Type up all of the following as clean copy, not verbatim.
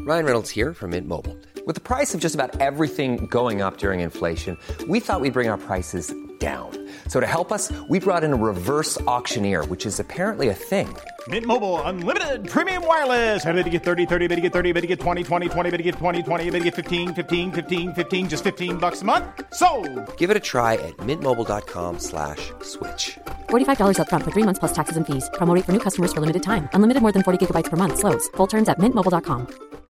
Ryan Reynolds here from Mint Mobile. With the price of just about everything going up during inflation, we thought we'd bring our prices down. So to help us, we brought in a reverse auctioneer, which is apparently a thing. Mint Mobile Unlimited Premium Wireless. How to get 30, 30, bit to get 30, bit to get 20, 20, 20, bit to get 20, 20, bit to get 15, 15, 15, 15, just $15 a month? Sold! Give it a try at mintmobile.com/switch. $45 up front for 3 months plus taxes and fees. Promo rate for new customers for limited time. Unlimited more than 40 gigabytes per month. Slows full terms at mintmobile.com.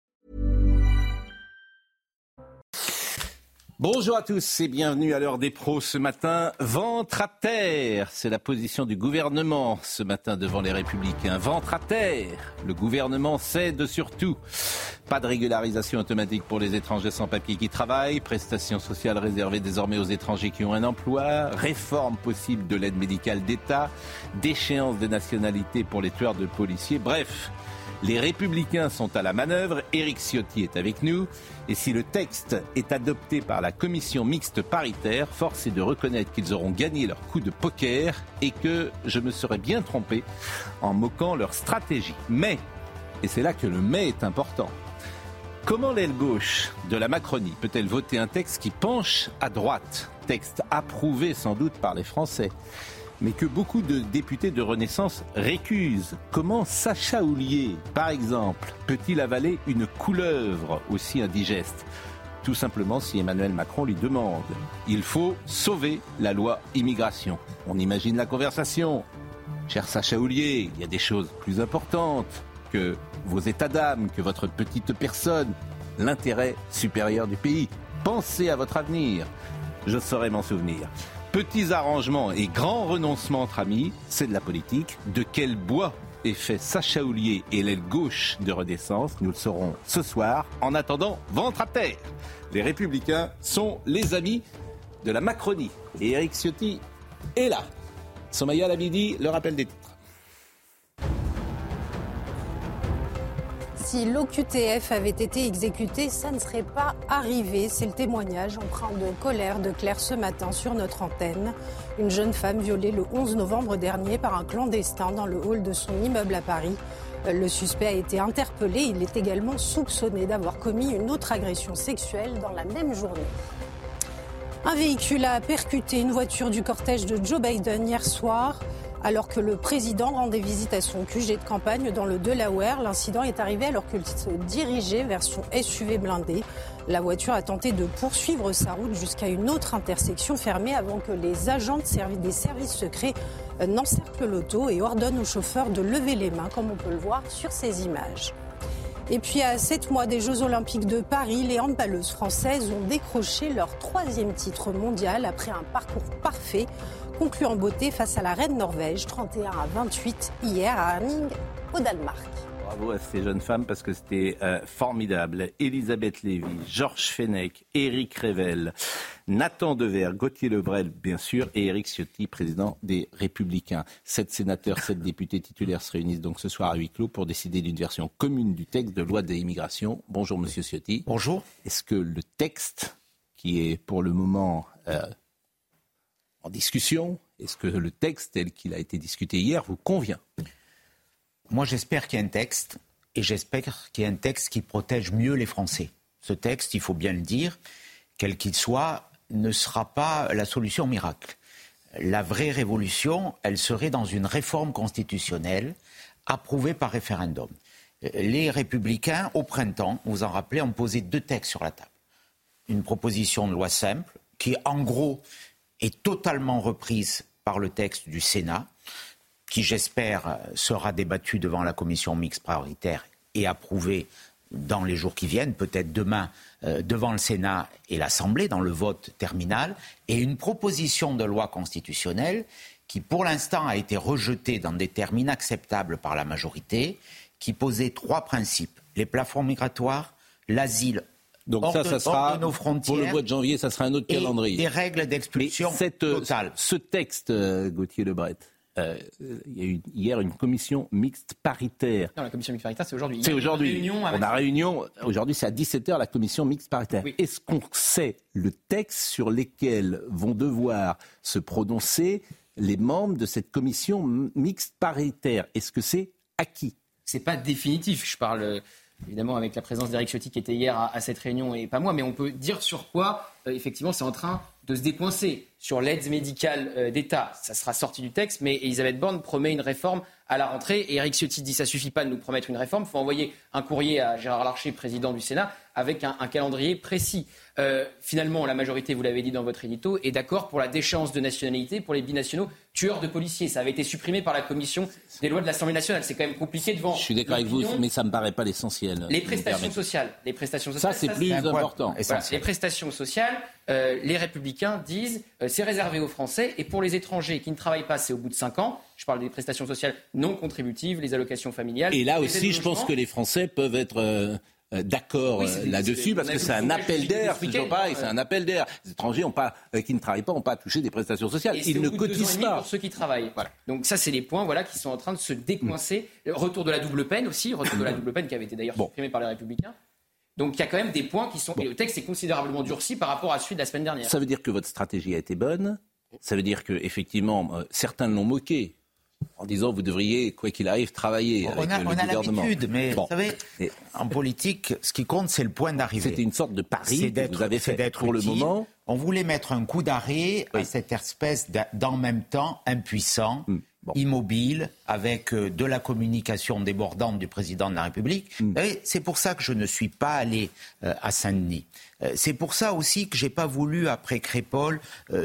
Bonjour à tous et bienvenue à l'heure des pros ce matin. Ventre à terre, c'est la position du gouvernement ce matin devant les Républicains. Ventre à terre, le gouvernement cède sur tout. Pas de régularisation automatique pour les étrangers sans papier qui travaillent, prestations sociales réservées désormais aux étrangers qui ont un emploi, réforme possible de l'aide médicale d'État, déchéance de nationalité pour les tueurs de policiers, bref. Les Républicains sont à la manœuvre, Éric Ciotti est avec nous. Et si le texte est adopté par la commission mixte paritaire, force est de reconnaître qu'ils auront gagné leur coup de poker et que je me serais bien trompé en moquant leur stratégie. Mais, et c'est là que le mais est important, comment l'aile gauche de la Macronie peut-elle voter un texte qui penche à droite, texte approuvé sans doute par les Français, mais que beaucoup de députés de Renaissance récusent? Comment Sacha Houlié, par exemple, peut-il avaler une couleuvre aussi indigeste? Tout simplement si Emmanuel Macron lui demande. Il faut sauver la loi immigration. On imagine la conversation. Cher Sacha Houlié, il y a des choses plus importantes que vos états d'âme, que votre petite personne, l'intérêt supérieur du pays. Pensez à votre avenir. Je saurais m'en souvenir. Petits arrangements et grands renoncements entre amis, c'est de la politique. De quel bois est fait Sacha Houlié et l'aile gauche de Renaissance? Nous le saurons ce soir. En attendant, ventre à terre. Les Républicains sont les amis de la Macronie. Et Éric Ciotti est là. Somaya Labidi, le rappel des titres. Si l'OQTF avait été exécuté, ça ne serait pas arrivé. C'est le témoignage empreint de colère de Claire ce matin sur notre antenne. Une jeune femme violée le 11 novembre dernier par un clandestin dans le hall de son immeuble à Paris. Le suspect a été interpellé. Il est également soupçonné d'avoir commis une autre agression sexuelle dans la même journée. Un véhicule a percuté une voiture du cortège de Joe Biden hier soir. Alors que le président rendait visite à son QG de campagne dans le Delaware, l'incident est arrivé alors qu'il se dirigeait vers son SUV blindé. La voiture a tenté de poursuivre sa route jusqu'à une autre intersection fermée avant que les agents des services secrets n'encerclent l'auto et ordonnent au chauffeur de lever les mains, comme on peut le voir sur ces images. Et puis à 7 mois des Jeux Olympiques de Paris, les handballeuses françaises ont décroché leur 3e titre mondial après un parcours parfait, conclu en beauté face à la reine Norvège, 31-28 hier à Herning, au Danemark. Bravo à ces jeunes femmes parce que c'était formidable. Elisabeth Lévy, Georges Fenech, Éric Revel, Nathan Dever, Gauthier Lebret, bien sûr, et Éric Ciotti, président des Républicains. 7 sénateurs, 7 députés titulaires se réunissent donc ce soir à huis clos pour décider d'une version commune du texte de loi de l'immigration. Bonjour Monsieur Ciotti. Bonjour. Est-ce que le texte, qui est pour le moment en discussion, est-ce que le texte tel qu'il a été discuté hier vous convient ? Moi, j'espère qu'il y a un texte, et j'espère qu'il y a un texte qui protège mieux les Français. Ce texte, il faut bien le dire, quel qu'il soit, ne sera pas la solution miracle. La vraie révolution, elle serait dans une réforme constitutionnelle approuvée par référendum. Les Républicains, au printemps, vous en rappelez, ont posé 2 textes sur la table. Une proposition de loi simple, qui en gros est totalement reprise par le texte du Sénat, qui j'espère sera débattu devant la commission mixte paritaire et approuvé dans les jours qui viennent, peut-être demain devant le Sénat et l'Assemblée, dans le vote terminal, et une proposition de loi constitutionnelle qui pour l'instant a été rejetée dans des termes inacceptables par la majorité, qui posait 3 principes, les plafonds migratoires, l'asile. Donc ça sera, nos frontières, pour le mois de janvier, ça sera un autre calendrier. Des règles d'expulsion totales. Ce texte, Gauthier Lebret, il y a eu hier une commission mixte paritaire. Non, la commission mixte paritaire, c'est aujourd'hui. C'est aujourd'hui. On a réunion. Aujourd'hui, c'est à 17h, la commission mixte paritaire. Oui. Est-ce qu'on sait le texte sur lesquels vont devoir se prononcer les membres de cette commission mixte paritaire? Est-ce que c'est acquis? C'est pas définitif. Je parle évidemment avec la présence d'Éric Ciotti qui était hier à cette réunion et pas moi, mais on peut dire sur quoi, effectivement, c'est en train de se décoincer. Sur l'aide médicale d'État, ça sera sorti du texte, mais Elisabeth Borne promet une réforme à la rentrée. Et Éric Ciotti dit ça suffit pas de nous promettre une réforme, il faut envoyer un courrier à Gérard Larcher, président du Sénat, avec un calendrier précis. Finalement, la majorité, vous l'avez dit dans votre édito, est d'accord pour la déchéance de nationalité pour les binationaux tueurs de policiers. Ça avait été supprimé par la commission des lois de l'Assemblée nationale. C'est quand même compliqué devant... Je suis d'accord avec vous, mais ça ne me paraît pas l'essentiel. Les prestations sociales. Ça, c'est plus important. Voilà, les prestations sociales, les Républicains disent c'est réservé aux Français et pour les étrangers qui ne travaillent pas, c'est au bout de 5 ans. Je parle des prestations sociales non contributives, les allocations familiales. Et là aussi, je pense que les Français peuvent être d'accord là-dessus parce que c'est un appel d'air. C'est un appel d'air. Les étrangers qui ne travaillent pas n'ont pas à toucher des prestations sociales. Ils ne cotisent pas. Pour ceux qui travaillent. Voilà. Donc ça, c'est les points qui sont en train de se décoincer. Retour de la double peine aussi. Retour de la double peine qui avait été d'ailleurs supprimé par les Républicains. Donc il y a quand même des points qui sont... Et le texte est considérablement durci par rapport à celui de la semaine dernière. Ça veut dire que votre stratégie a été bonne. Ça veut dire qu'effectivement, certains l'ont moqué en disant vous devriez, quoi qu'il arrive, travailler avec le gouvernement. On a l'habitude, mais vous savez, en politique, ce qui compte, c'est le point d'arrivée. C'était une sorte de pari que vous avez fait pour le moment. On voulait mettre un coup d'arrêt à cette espèce d'en même temps impuissant, immobile, avec de la communication débordante du président de la République. Et c'est pour ça que je ne suis pas allé à Saint-Denis. C'est pour ça aussi que j'ai pas voulu, après Crépol,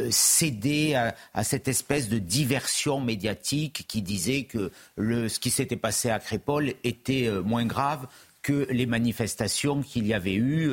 céder à cette espèce de diversion médiatique qui disait que ce qui s'était passé à Crépol était moins grave que les manifestations qu'il y avait eu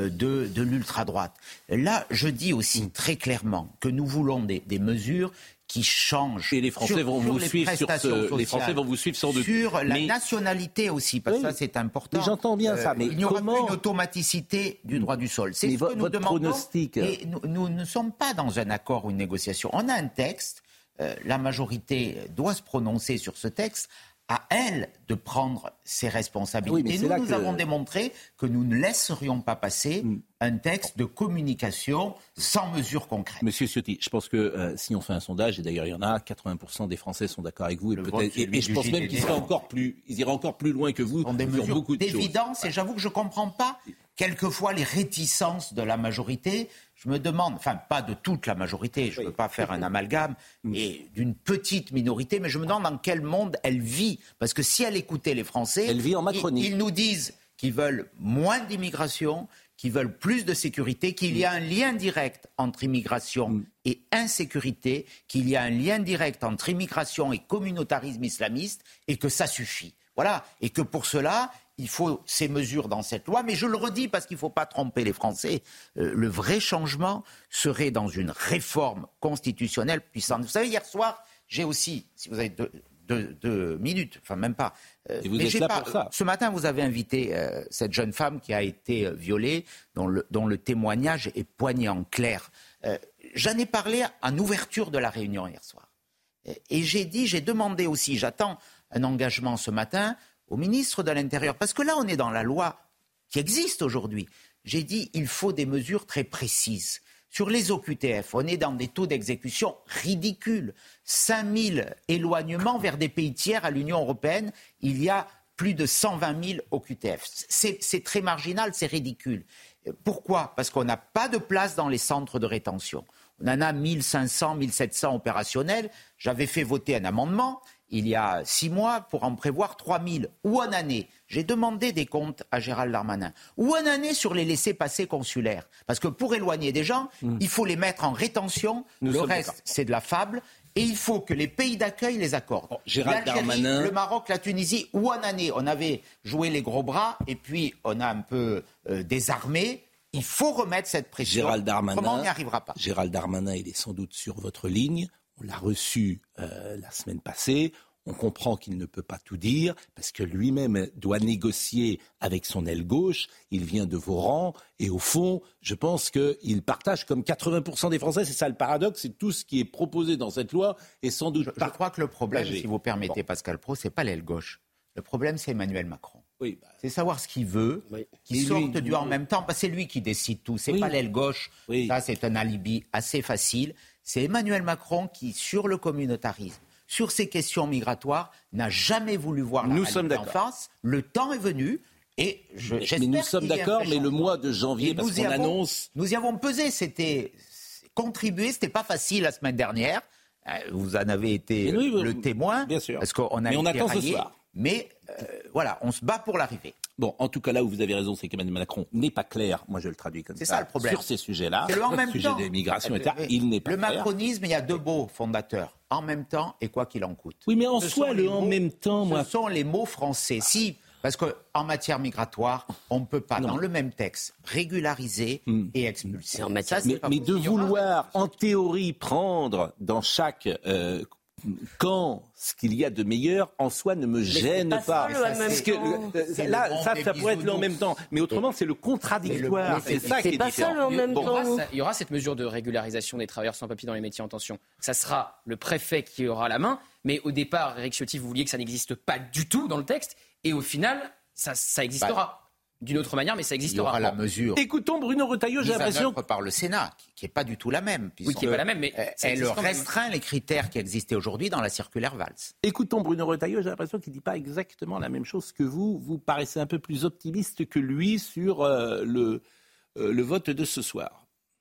de l'ultra-droite. Là, je dis aussi très clairement que nous voulons des mesures qui changent. Et les Français vont vous suivre sur les Français vont vous suivre sur la nationalité aussi, parce que ça c'est important. Mais j'entends bien ça, mais il n'y aura plus une automaticité du droit du sol. C'est ce que nous demandons. Pronostic. Et nous ne sommes pas dans un accord ou une négociation. On a un texte. La majorité doit se prononcer sur ce texte. À elle de prendre ses responsabilités. Nous avons démontré que nous ne laisserions pas passer un texte de communication sans mesure concrète. Monsieur Ciotti, je pense que si on fait un sondage, et d'ailleurs il y en a, 80% des Français sont d'accord avec vous, et je pense même qu'ils iraient encore plus loin que vous. Dans des mesures d'évidence, et j'avoue que je ne comprends pas quelquefois les réticences de la majorité. Je me demande, enfin pas de toute la majorité, je ne veux pas faire un amalgame, et d'une petite minorité, mais je me demande dans quel monde elle vit. Parce que si elle écoutait les Français, elle vit en Macronie. Ils nous disent qu'ils veulent moins d'immigration, qu'ils veulent plus de sécurité, qu'il y a un lien direct entre immigration et insécurité, qu'il y a un lien direct entre immigration et communautarisme islamiste, et que ça suffit. Voilà, et que pour cela... Il faut ces mesures dans cette loi, mais je le redis parce qu'il ne faut pas tromper les Français. Le vrai changement serait dans une réforme constitutionnelle puissante. Vous savez, hier soir, j'ai aussi, si vous avez deux minutes, enfin même pas. Et vous êtes là pour ça. Ce matin, vous avez invité cette jeune femme qui a été violée, dont le témoignage est poignant, clair. J'en ai parlé en ouverture de la réunion hier soir. Et j'ai demandé aussi, j'attends un engagement ce matin au ministre de l'Intérieur, parce que là, on est dans la loi qui existe aujourd'hui. J'ai dit, il faut des mesures très précises. Sur les OQTF, on est dans des taux d'exécution ridicules. 5000 éloignements vers des pays tiers à l'Union européenne, il y a plus de 120 000 OQTF. C'est très marginal, c'est ridicule. Pourquoi ? Parce qu'on n'a pas de place dans les centres de rétention. On en a 1500, 1700 opérationnels. J'avais fait voter un amendement il y a 6 mois pour en prévoir 3000 ou en année. J'ai demandé des comptes à Gérald Darmanin. Ou en année sur les laissez-passer consulaires. Parce que pour éloigner des gens, il faut les mettre en rétention. Le reste, c'est de la fable. Et il faut que les pays d'accueil les accordent. Gérald Darmanin, le Maroc, la Tunisie, ou en année. On avait joué les gros bras et puis on a un peu désarmé. Il faut remettre cette pression. Comment on n'y arrivera pas ? Gérald Darmanin, il est sans doute sur votre ligne. On l'a reçu la semaine passée. On comprend qu'il ne peut pas tout dire parce que lui-même doit négocier avec son aile gauche. Il vient de vos rangs et au fond, je pense qu'il partage comme 80% des Français. C'est ça le paradoxe. C'est tout ce qui est proposé dans cette loi est sans doute Je crois que le problème, si vous permettez, Pascal Praud, c'est pas l'aile gauche. Le problème, c'est Emmanuel Macron. Oui, c'est savoir ce qu'il veut, qu'il sorte du en même temps, parce que c'est lui qui décide tout. C'est pas l'aile gauche. Ça, c'est un alibi assez facile. C'est Emmanuel Macron qui, sur le communautarisme, sur ces questions migratoires, n'a jamais voulu voir la réalité en face. Le temps est venu Et mais nous sommes d'accord, mais le mois de janvier, parce qu'on annonce... Nous y avons pesé, c'était contribué, c'était pas facile la semaine dernière. Vous en avez été le témoin. Bien sûr. Parce qu'on a mais on attend ce soir. Mais voilà, on se bat pour l'arrivée. Bon, en tout cas, là où vous avez raison, c'est qu'Emmanuel Macron n'est pas clair. Moi, je le traduis comme ça. C'est ça le problème. Sur ces sujets-là, c'est le en même sujet temps. des migrations, etc., il n'est pas clair. Le clair. macronisme, il y a deux mots fondateurs. En même temps et quoi qu'il en coûte. Oui, mais en soi, le en même temps, moi... Ce sont les mots français. Si, parce qu'en matière migratoire, on ne peut pas, dans le même texte, régulariser et expulser. Mais de vouloir, en théorie, prendre dans chaque... quand ce qu'il y a de meilleur en soi ne me gêne pas. Ça pourrait être le en même temps. Mais autrement, c'est le contradictoire. C'est ça qui est différent. Il y aura cette mesure de régularisation des travailleurs sans papier dans les métiers en tension. Ça sera le préfet qui aura la main. Mais au départ, Éric Ciotti, vous vouliez que ça n'existe pas du tout dans le texte. Et au final, ça existera. D'une autre manière, mais ça existera. Il y aura la mesure. Écoutons Bruno Retailleau, j'ai l'impression... par le Sénat, qui n'est pas du tout la même. Oui, qui n'est pas la même, mais... Elle restreint les critères qui existaient aujourd'hui dans la circulaire Valls. Écoutons Bruno Retailleau, j'ai l'impression qu'il ne dit pas exactement la même chose que vous. Vous paraissez un peu plus optimiste que lui sur le vote de ce soir.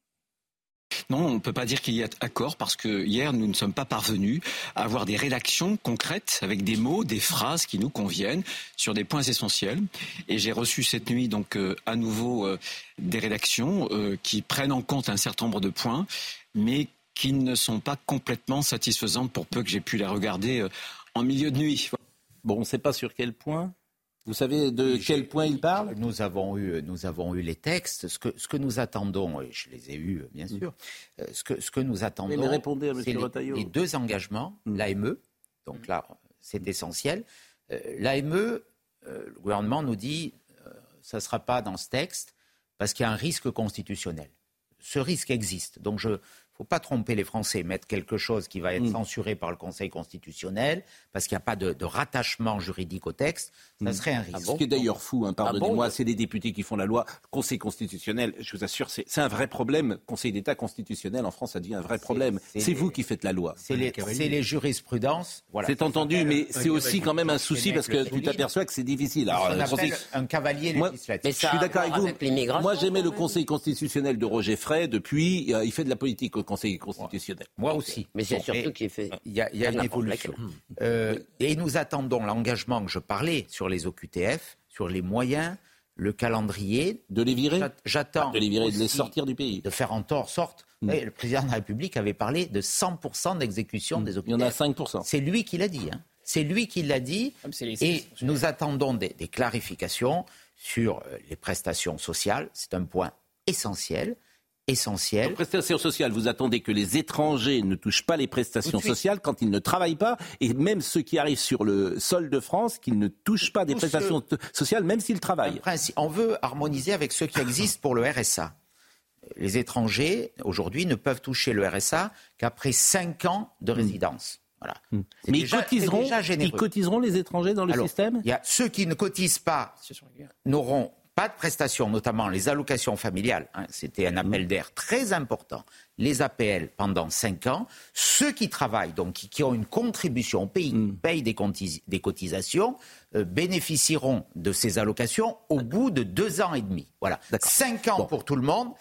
Non, on ne peut pas dire qu'il y a accord parce que hier, nous ne sommes pas parvenus à avoir des rédactions concrètes avec des mots, des phrases qui nous conviennent sur des points essentiels. Et j'ai reçu cette nuit donc à nouveau des rédactions qui prennent en compte un certain nombre de points, mais qui ne sont pas complètement satisfaisantes pour peu que j'ai pu les regarder en milieu de nuit. Bon, on ne sait pas sur quel point. Vous savez de quel point il parle ? Nous avons eu les textes. Ce que nous attendons, et je les ai eus bien sûr, ce que nous attendons, mais répondez à c'est les deux engagements, l'AME, donc là c'est essentiel. L'AME, le gouvernement nous dit, ça ne sera pas dans ce texte parce qu'il y a un risque constitutionnel. Ce risque existe, donc il ne faut pas tromper les Français, mettre quelque chose qui va être censuré par le Conseil constitutionnel, parce qu'il n'y a pas de rattachement juridique au texte, ça serait un risque. Ce qui est d'ailleurs fou, pardonnez-moi, c'est les députés qui font la loi. Le Conseil constitutionnel, je vous assure, c'est un vrai problème. Conseil d'État constitutionnel, en France, ça devient un vrai problème. C'est vous qui faites la loi. C'est les jurisprudences. Voilà. C'est entendu, mais c'est aussi quand même un souci, parce que tu t'aperçois que c'est difficile. Alors, on appelle un cavalier législatif. Je suis d'accord avec vous. Moi, j'aimais le Conseil constitutionnel de Roger Frey. Depuis, il fait de la politique au Conseil constitutionnel. Moi aussi. Mais c'est surtout qu'il fait... Il y a une évolution. Et nous attendons l'engagement que je parlais sur les OQTF, sur les moyens, le calendrier. De les virer ? J'attends. De les virer, de les sortir du pays. De faire en sorte. Le président de la République avait parlé de 100% d'exécution des OQTF. Il y en a 5%. C'est lui qui l'a dit. C'est lui qui l'a dit. Et nous attendons des clarifications sur les prestations sociales. C'est un point essentiel. Les prestations sociales, vous attendez que les étrangers ne touchent pas les prestations sociales quand ils ne travaillent pas, et même ceux qui arrivent sur le sol de France, qu'ils ne touchent pas des prestations sociales, même s'ils travaillent. On veut harmoniser avec ceux qui existent pour le RSA. Les étrangers, aujourd'hui, ne peuvent toucher le RSA qu'après 5 ans de résidence. Voilà. Mais ils cotiseront les étrangers dans le système ? Il y a ceux qui ne cotisent pas n'auront pas de prestations, notamment les allocations familiales. C'était un appel d'air très important. Les APL pendant 5 ans. Ceux qui travaillent, donc qui ont une contribution au pays, qui payent des cotisations, bénéficieront de ces allocations au bout de 2 ans et demi. Voilà. 5 ans pour tout le monde,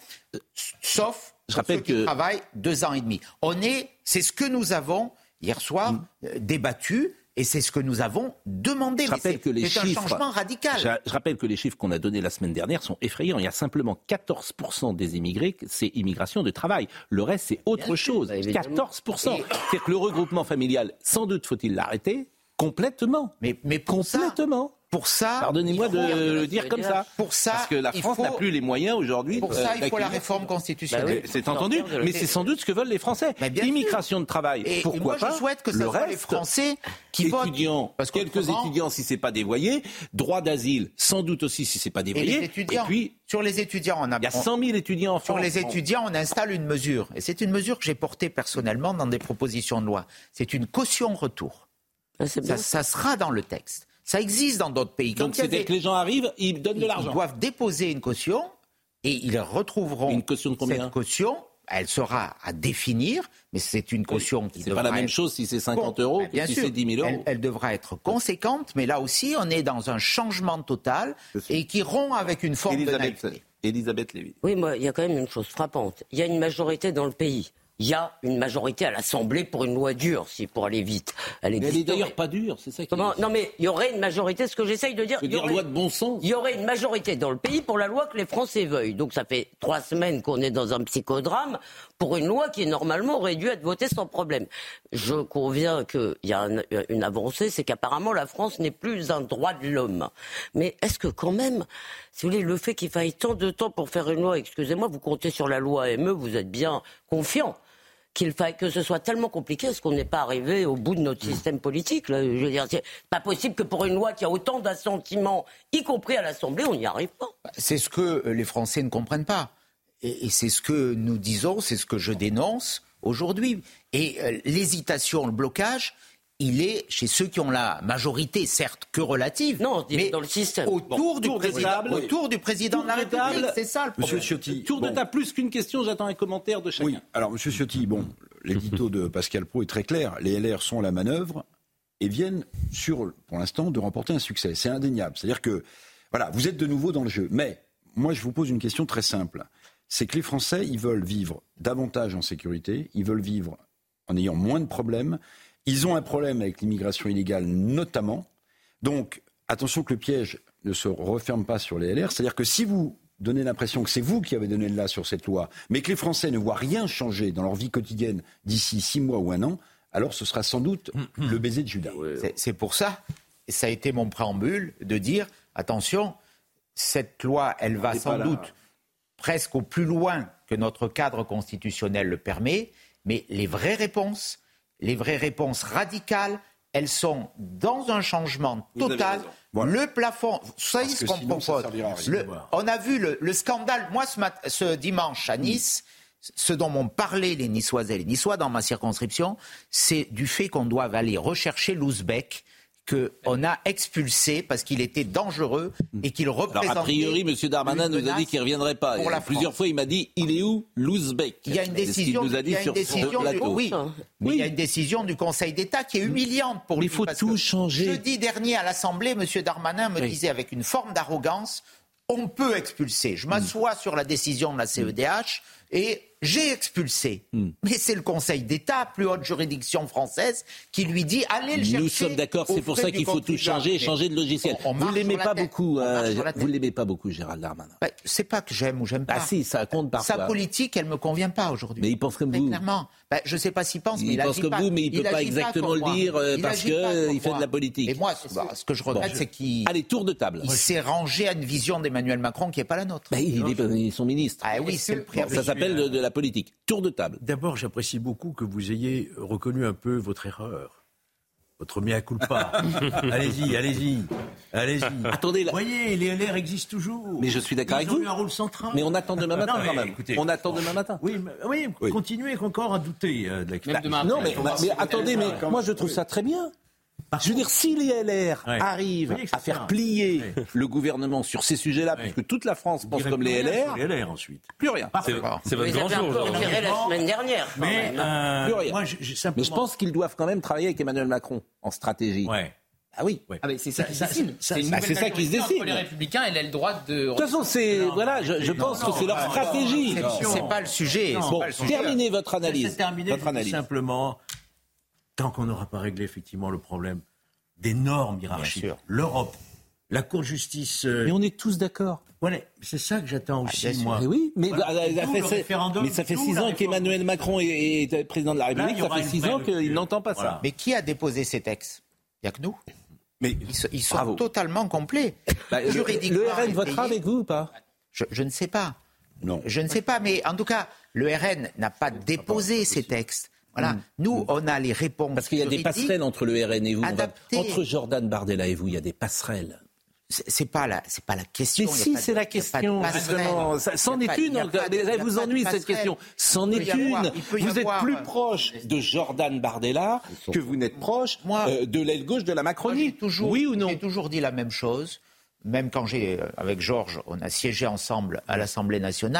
sauf pour ceux qui travaillent 2 ans et demi. C'est ce que nous avons hier soir débattu. Et c'est ce que nous avons demandé. C'est un changement radical. Je rappelle que les chiffres qu'on a donnés la semaine dernière sont effrayants. Il y a simplement 14% des immigrés, c'est immigration de travail. Le reste, c'est autre chose. 14%. C'est-à-dire que le regroupement familial, sans doute faut-il l'arrêter complètement. Mais complètement. Pour ça, pardonnez-moi de le dire comme ça. Parce que la France n'a plus les moyens aujourd'hui. Pour ça, il faut la réforme constitutionnelle. C'est entendu, mais c'est sans doute ce que veulent les Français. Immigration de travail. Pourquoi pas ? Je souhaite que ce soit les Français qui votent. Quelques étudiants si c'est pas dévoyé. Droit d'asile, sans doute aussi si c'est pas dévoyé. Et puis sur les étudiants, il y a 100 000 étudiants en France. Sur les étudiants, on installe une mesure, et c'est une mesure que j'ai portée personnellement dans des propositions de loi. C'est une caution retour. Ça sera dans le texte. Ça existe dans d'autres pays. Donc c'est-à-dire que les gens arrivent, ils donnent de l'argent. Ils doivent déposer une caution et ils retrouveront une caution de combien ? Cette caution elle sera à définir, mais c'est une caution qui devra... C'est pas la même chose si c'est 50 euros que si c'est 10 000 euros. Elle devra être conséquente, mais là aussi, on est dans un changement total et qui rompt avec une forme de naïveté. Elisabeth Lévy. Oui, moi, il y a quand même une chose frappante. Il y a une majorité dans le pays. Il y a une majorité à l'Assemblée pour une loi dure, pour aller vite. Elle est d'ailleurs pas dure, c'est ça qui est... Non, mais il y aurait une majorité, ce que j'essaye de dire... loi de bon sens. Il y aurait une majorité dans le pays pour la loi que les Français veuillent. Donc ça fait 3 semaines qu'on est dans un psychodrame pour une loi qui, normalement, aurait dû être votée sans problème. Je conviens qu'il y a une avancée, c'est qu'apparemment la France n'est plus un droit de l'homme. Mais est-ce que quand même, si vous voulez, le fait qu'il faille tant de temps pour faire une loi, excusez-moi, vous comptez sur la loi AME, vous êtes bien confiant qu'il faille que ce soit tellement compliqué, est-ce qu'on n'est pas arrivé au bout de notre système politique là ? Je veux dire, c'est pas possible que pour une loi qui a autant d'assentiments, y compris à l'Assemblée, on n'y arrive pas. C'est ce que les Français ne comprennent pas. Et c'est ce que nous disons, c'est ce que je dénonce aujourd'hui. Et l'hésitation, le blocage, il est chez ceux qui ont la majorité, certes que relative, non, mais dans le système. Autour du président de la République. C'est ça le problème. Monsieur Ciotti, tour de table, plus qu'une question, j'attends un commentaire de chacun. Oui, alors Monsieur Ciotti, l'édito de Pascal Praud est très clair. Les LR sont à la manœuvre et viennent pour l'instant, de remporter un succès. C'est indéniable. C'est-à-dire que, voilà, vous êtes de nouveau dans le jeu. Mais moi, je vous pose une question très simple. C'est que les Français, ils veulent vivre davantage en sécurité, ils veulent vivre en ayant moins de problèmes. Ils ont un problème avec l'immigration illégale notamment. Donc, attention que le piège ne se referme pas sur les LR. C'est-à-dire que si vous donnez l'impression que c'est vous qui avez donné le là sur cette loi, mais que les Français ne voient rien changer dans leur vie quotidienne d'ici 6 mois ou 1 an, alors ce sera sans doute le baiser de Judas. C'est pour ça, et ça a été mon préambule, de dire, attention, cette loi, elle va sans doute presque au plus loin que notre cadre constitutionnel le permet, mais les vraies réponses radicales, elles sont dans un changement total. Voilà. Le plafond, ça c'est ce qu'on propose. On a vu le scandale, moi ce dimanche à Nice, ce dont m'ont parlé les Niçoises et les Niçois dans ma circonscription, c'est du fait qu'on doit aller rechercher l'Ouzbek, qu'on a expulsé parce qu'il était dangereux et qu'il représentait... Alors, a priori, M. Darmanin nous a dit qu'il ne reviendrait pas. Plusieurs fois, il m'a dit, il est où l'Ouzbek ? Il y a une décision, il y a une décision du Conseil d'État qui est humiliante pour lui. Il faut tout changer. Jeudi dernier, à l'Assemblée, M. Darmanin me disait avec une forme d'arrogance, on peut expulser. Je m'assois sur la décision de la CEDH et j'ai expulsé. Mais c'est le Conseil d'État, plus haute juridiction française, qui lui dit allez le chercher. Nous sommes d'accord, c'est pour ça qu'il faut tout changer et changer de logiciel. Vous ne l'aimez pas beaucoup, vous l'aimez pas beaucoup, Gérald Darmanin. C'est pas que j'aime ou j'aime pas. Ah si, ça compte parfois. Sa politique, elle me convient pas aujourd'hui. Mais il pense comme vous. Clairement. Je sais pas s'il pense, mais il pense comme vous, mais il peut pas exactement le dire parce qu'il fait de la politique. Et moi, ce que je regrette, c'est qu'il... Allez, tour de table. Il s'est rangé à une vision d'Emmanuel Macron qui n'est pas la nôtre. Il est son ministre. Ah oui, c'est le préambule. Ça s'appelle de la politique. Tour de table. D'abord, j'apprécie beaucoup que vous ayez reconnu un peu votre erreur. Votre mea culpa. Allez-y. Attendez, vous voyez, les LR existent toujours. Mais je suis d'accord avec vous. Ils ont eu un rôle central. Mais on attend demain matin quand même. Écoutez, on attend demain matin. Oui, continuez encore à douter de la Non, mais attendez, moi je trouve ça très bien. Je veux dire, si les LR arrivent à faire plier le gouvernement sur ces sujets-là, puisque toute la France pense comme les LR, ensuite. Plus rien. C'est votre grand jour aujourd'hui. La semaine dernière. Mais plus rien. Moi, mais je pense qu'ils doivent quand même travailler avec Emmanuel Macron en stratégie. Ah oui. Ah mais c'est ça qui se dessine. C'est ça qui se dessine. Entre les Républicains, elle a le droit de... De toute façon, je pense que c'est leur stratégie. C'est pas le sujet. Bon, terminez votre analyse. Simplement... Tant qu'on n'aura pas réglé effectivement le problème des normes hiérarchiques, l'Europe, la Cour de justice... Mais on est tous d'accord. Voilà, c'est ça que j'attends aussi, moi. Mais oui, mais ça fait 6 ans qu'Emmanuel Macron est président de la République, ça fait 6 ans qu'il n'entend pas ça. Mais qui a déposé ces textes ? Il n'y a que nous. Mais ils sont totalement complets. Le RN votera avec vous ou pas ? Je ne sais pas. Non. Je ne sais pas, mais en tout cas, le RN n'a pas déposé ces textes. Voilà. Nous, on a les réponses. Parce qu'il y a des passerelles entre le RN et vous. Entre Jordan Bardella et vous, il y a des passerelles. C'est pas la question. Mais si, c'est la question. C'en est une. Elle vous ennuie cette question. C'en est une. Vous êtes plus proche de Jordan Bardella que vous n'êtes proche de l'aile gauche de la Macronie. Oui ou non ? J'ai toujours dit la même chose. Même quand avec Georges, on a siégé ensemble à l'Assemblée nationale,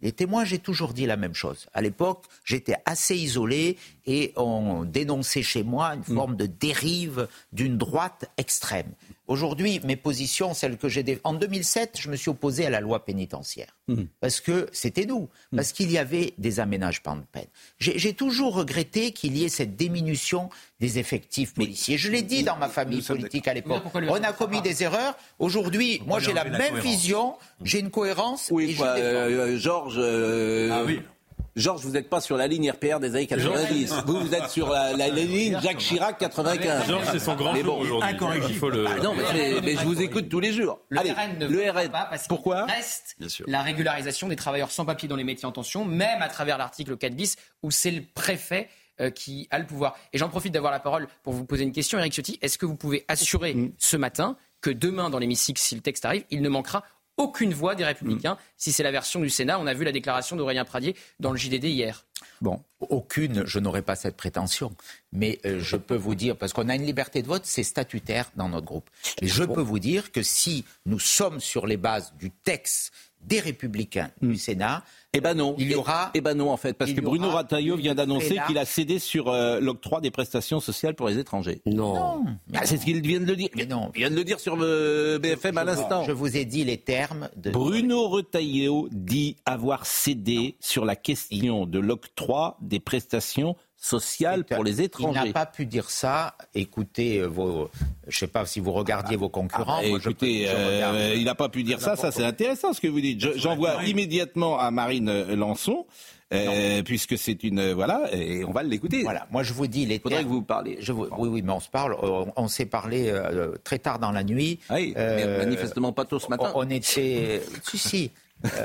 Les témoins, j'ai toujours dit la même chose. À l'époque, j'étais assez isolé et on dénonçait chez moi une forme de dérive d'une droite extrême. Aujourd'hui, mes positions, celles que j'ai... En 2007, je me suis opposé à la loi pénitentiaire. Parce que c'était nous. Parce qu'il y avait des aménagements de peine. J'ai toujours regretté qu'il y ait cette diminution des effectifs policiers. Je l'ai dit dans ma famille politique à l'époque. On a commis des erreurs. Aujourd'hui, moi, j'ai la même vision, j'ai une cohérence. Oui, Georges... Georges, vous n'êtes pas sur la ligne RPR des années 90. Vous êtes sur la ligne Jacques Chirac 95. Georges, c'est son grand jour aujourd'hui. Il faut le... Non, mais je vous écoute tous les jours. Le RN ne veut pas parce Pourquoi qu'il reste la régularisation des travailleurs sans papier dans les métiers en tension, même à travers l'article 4 bis, où c'est le préfet qui a le pouvoir. Et j'en profite d'avoir la parole pour vous poser une question, Éric Ciotti. Est-ce que vous pouvez assurer ce matin que demain, dans l'hémicycle, si le texte arrive, il ne manquera aucune voix des Républicains, si c'est la version du Sénat? On a vu la déclaration d'Aurélien Pradier dans le JDD hier. Bon, aucune, je n'aurais pas cette prétention. Mais je peux vous dire, parce qu'on a une liberté de vote, c'est statutaire dans notre groupe. Et je peux vous dire que si nous sommes sur les bases du texte des Républicains du Sénat, eh ben non. Il y aura... Eh ben non, en fait, parce que Bruno Retailleau vient d'annoncer qu'il a cédé sur l'octroi des prestations sociales pour les étrangers. Non. C'est ce qu'il vient de le dire. Mais non. Il vient de le dire sur BFM à l'instant. Je vous ai dit les termes de... Bruno Retailleau dit avoir cédé sur la question de l'octroi des prestations sociales pour les étrangers. Il n'a pas pu dire ça. Écoutez, je ne sais pas si vous regardiez vos concurrents. Écoutez, il n'a pas pu dire ça. Ça, c'est intéressant ce que vous dites. J'envoie immédiatement à Marine Lançon, puisque c'est une... Voilà, et on va l'écouter. Voilà, moi je vous dis les termes... Faudrait que vous parliez. Oui, mais on se parle. On s'est parlé très tard dans la nuit. Oui, mais manifestement pas tôt ce matin. On était... si.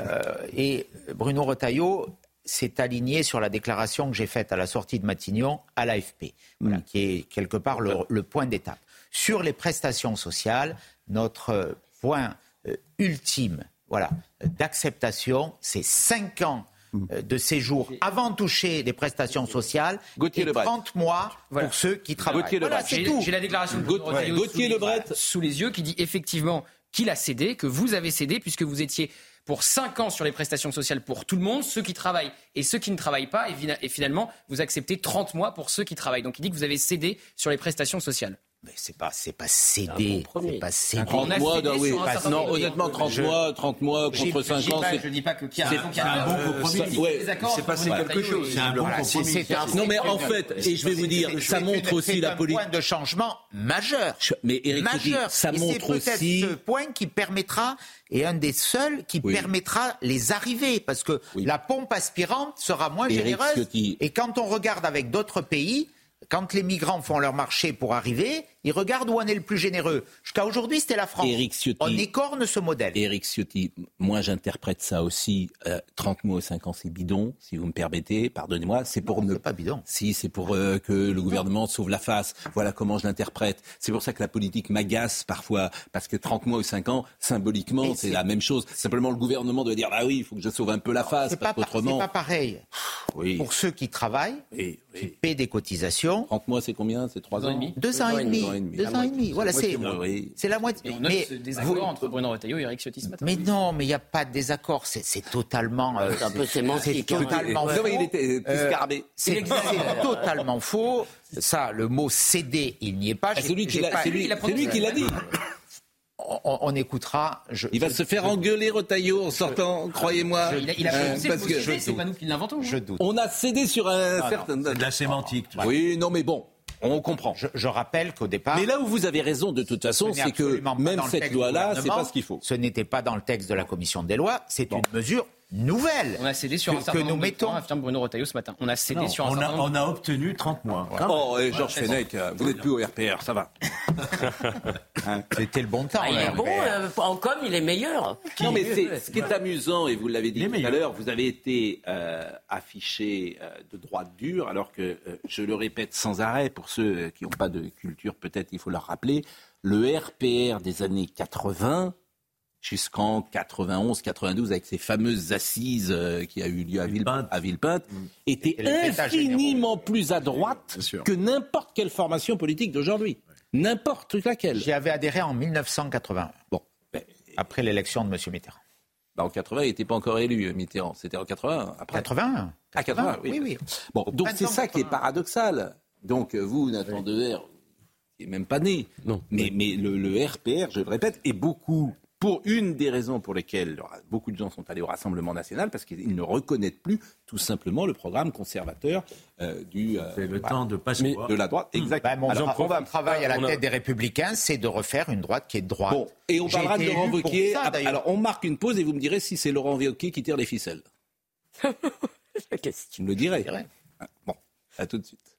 Et Bruno Retailleau s'est aligné sur la déclaration que j'ai faite à la sortie de Matignon à l'AFP, qui est quelque part le point d'étape. Sur les prestations sociales, notre point ultime d'acceptation, c'est 5 ans de séjour avant de toucher les prestations sociales et 30 mois pour ceux qui travaillent. Voilà, c'est tout. J'ai la déclaration de Gauthier Lebret sous les yeux qui dit effectivement qu'il a cédé, que vous avez cédé, puisque vous étiez pour 5 ans sur les prestations sociales pour tout le monde, ceux qui travaillent et ceux qui ne travaillent pas, et finalement, vous acceptez 30 mois pour ceux qui travaillent. Donc il dit que vous avez cédé sur les prestations sociales. Mais c'est pas cédé. C'est pas cédé. 30 mois, oui. Non, honnêtement, 30 mois contre 5 ans, je dis pas que c'est un bon compromis. C'est passé quelque chose. C'est un bon compromis. Non, mais en fait, et je vais vous dire, ça montre aussi la politique. C'est un point de changement majeur. Mais Éric, ça montre aussi. C'est peut-être ce point qui permettra, et un des seuls qui permettra les arrivées, parce que la pompe aspirante sera moins généreuse. Et quand on regarde avec d'autres pays, quand les migrants font leur marché pour arriver, ils regardent où on est le plus généreux. Jusqu'à aujourd'hui, c'était la France. On écorne ce modèle. Éric Ciotti, moi j'interprète ça aussi. 30 mois ou 5 ans, c'est bidon, si vous me permettez. Pardonnez-moi, c'est pour c'est pas bidon. Si, c'est pour que le gouvernement sauve la face. Voilà comment je l'interprète. C'est pour ça que la politique m'agace parfois, parce que 30 mois ou 5 ans, symboliquement, c'est la même chose. Simplement, le gouvernement doit dire, il faut que je sauve un peu la face, parce qu'autrement... C'est pas pareil. Pour ceux qui travaillent, qui paient des cotisations... 30 mois, c'est combien? C'est 3 ans et demi? 2 ans et demi. 2 ans et demi. Voilà, c'est la moitié. On note ce désaccord entre Bruno Retailleau et Éric Ciotti ce matin. Mais non, mais il n'y a pas de désaccord. C'est totalement... c'est un peu sémantique. C'est totalement faux. Il était escarbé. C'est totalement faux. Ça, le mot céder, il n'y est pas. C'est lui qui l'a dit. On écoutera. Il va se faire engueuler Retailleau en sortant, croyez-moi. Il a prononcé parce que c'est pas nous qui l'inventons. Je doute. On a cédé sur un certain... C'est de la sémantique. Oui, non mais bon. On comprend. Je rappelle qu'au départ... Mais là où vous avez raison, de toute façon, c'est que même cette loi-là, c'est pas ce qu'il faut. Ce n'était pas dans le texte de la commission des lois, c'est une mesure nouvelle. On a cédé sur un certain nombre de points, affirme Bruno Retailleau ce matin. On a cédé sur un certain nombre. On a obtenu 30 mois. Et Georges Fenech, vous n'êtes plus au RPR, ça va. C'était le bon temps. Il est bon, en com, il est meilleur. Non, mais ce qui est amusant, et vous l'avez dit tout à l'heure, vous avez été affiché de droite dure, alors que, je le répète sans arrêt, pour ceux qui n'ont pas de culture, peut-être il faut leur rappeler, le RPR des années 80... jusqu'en 91-92, avec ces fameuses assises qui a eu lieu à Villepinte, était infiniment plus à droite que n'importe quelle formation politique d'aujourd'hui. N'importe laquelle. J'y avais adhéré en 1981, après l'élection de M. Mitterrand. En 80, il n'était pas encore élu, Mitterrand. C'était en 81. Après. 81. Ah, 80, oui. Bon, donc c'est ça qui est paradoxal. Donc vous, Nathan Dever, qui n'est même pas né. Non. Mais le RPR, je le répète, est beaucoup... Pour une des raisons pour lesquelles beaucoup de gens sont allés au Rassemblement national, parce qu'ils ne reconnaissent plus tout simplement le programme conservateur c'est le temps de passer de la droite. Exactement. Mon travail à la tête des Républicains, c'est de refaire une droite qui est de droite. Bon, et on parlera de Laurent Wauquiez. Alors on marque une pause et vous me direz si c'est Laurent Wauquiez qui tire les ficelles. Tu me le dirais. Bon, à tout de suite.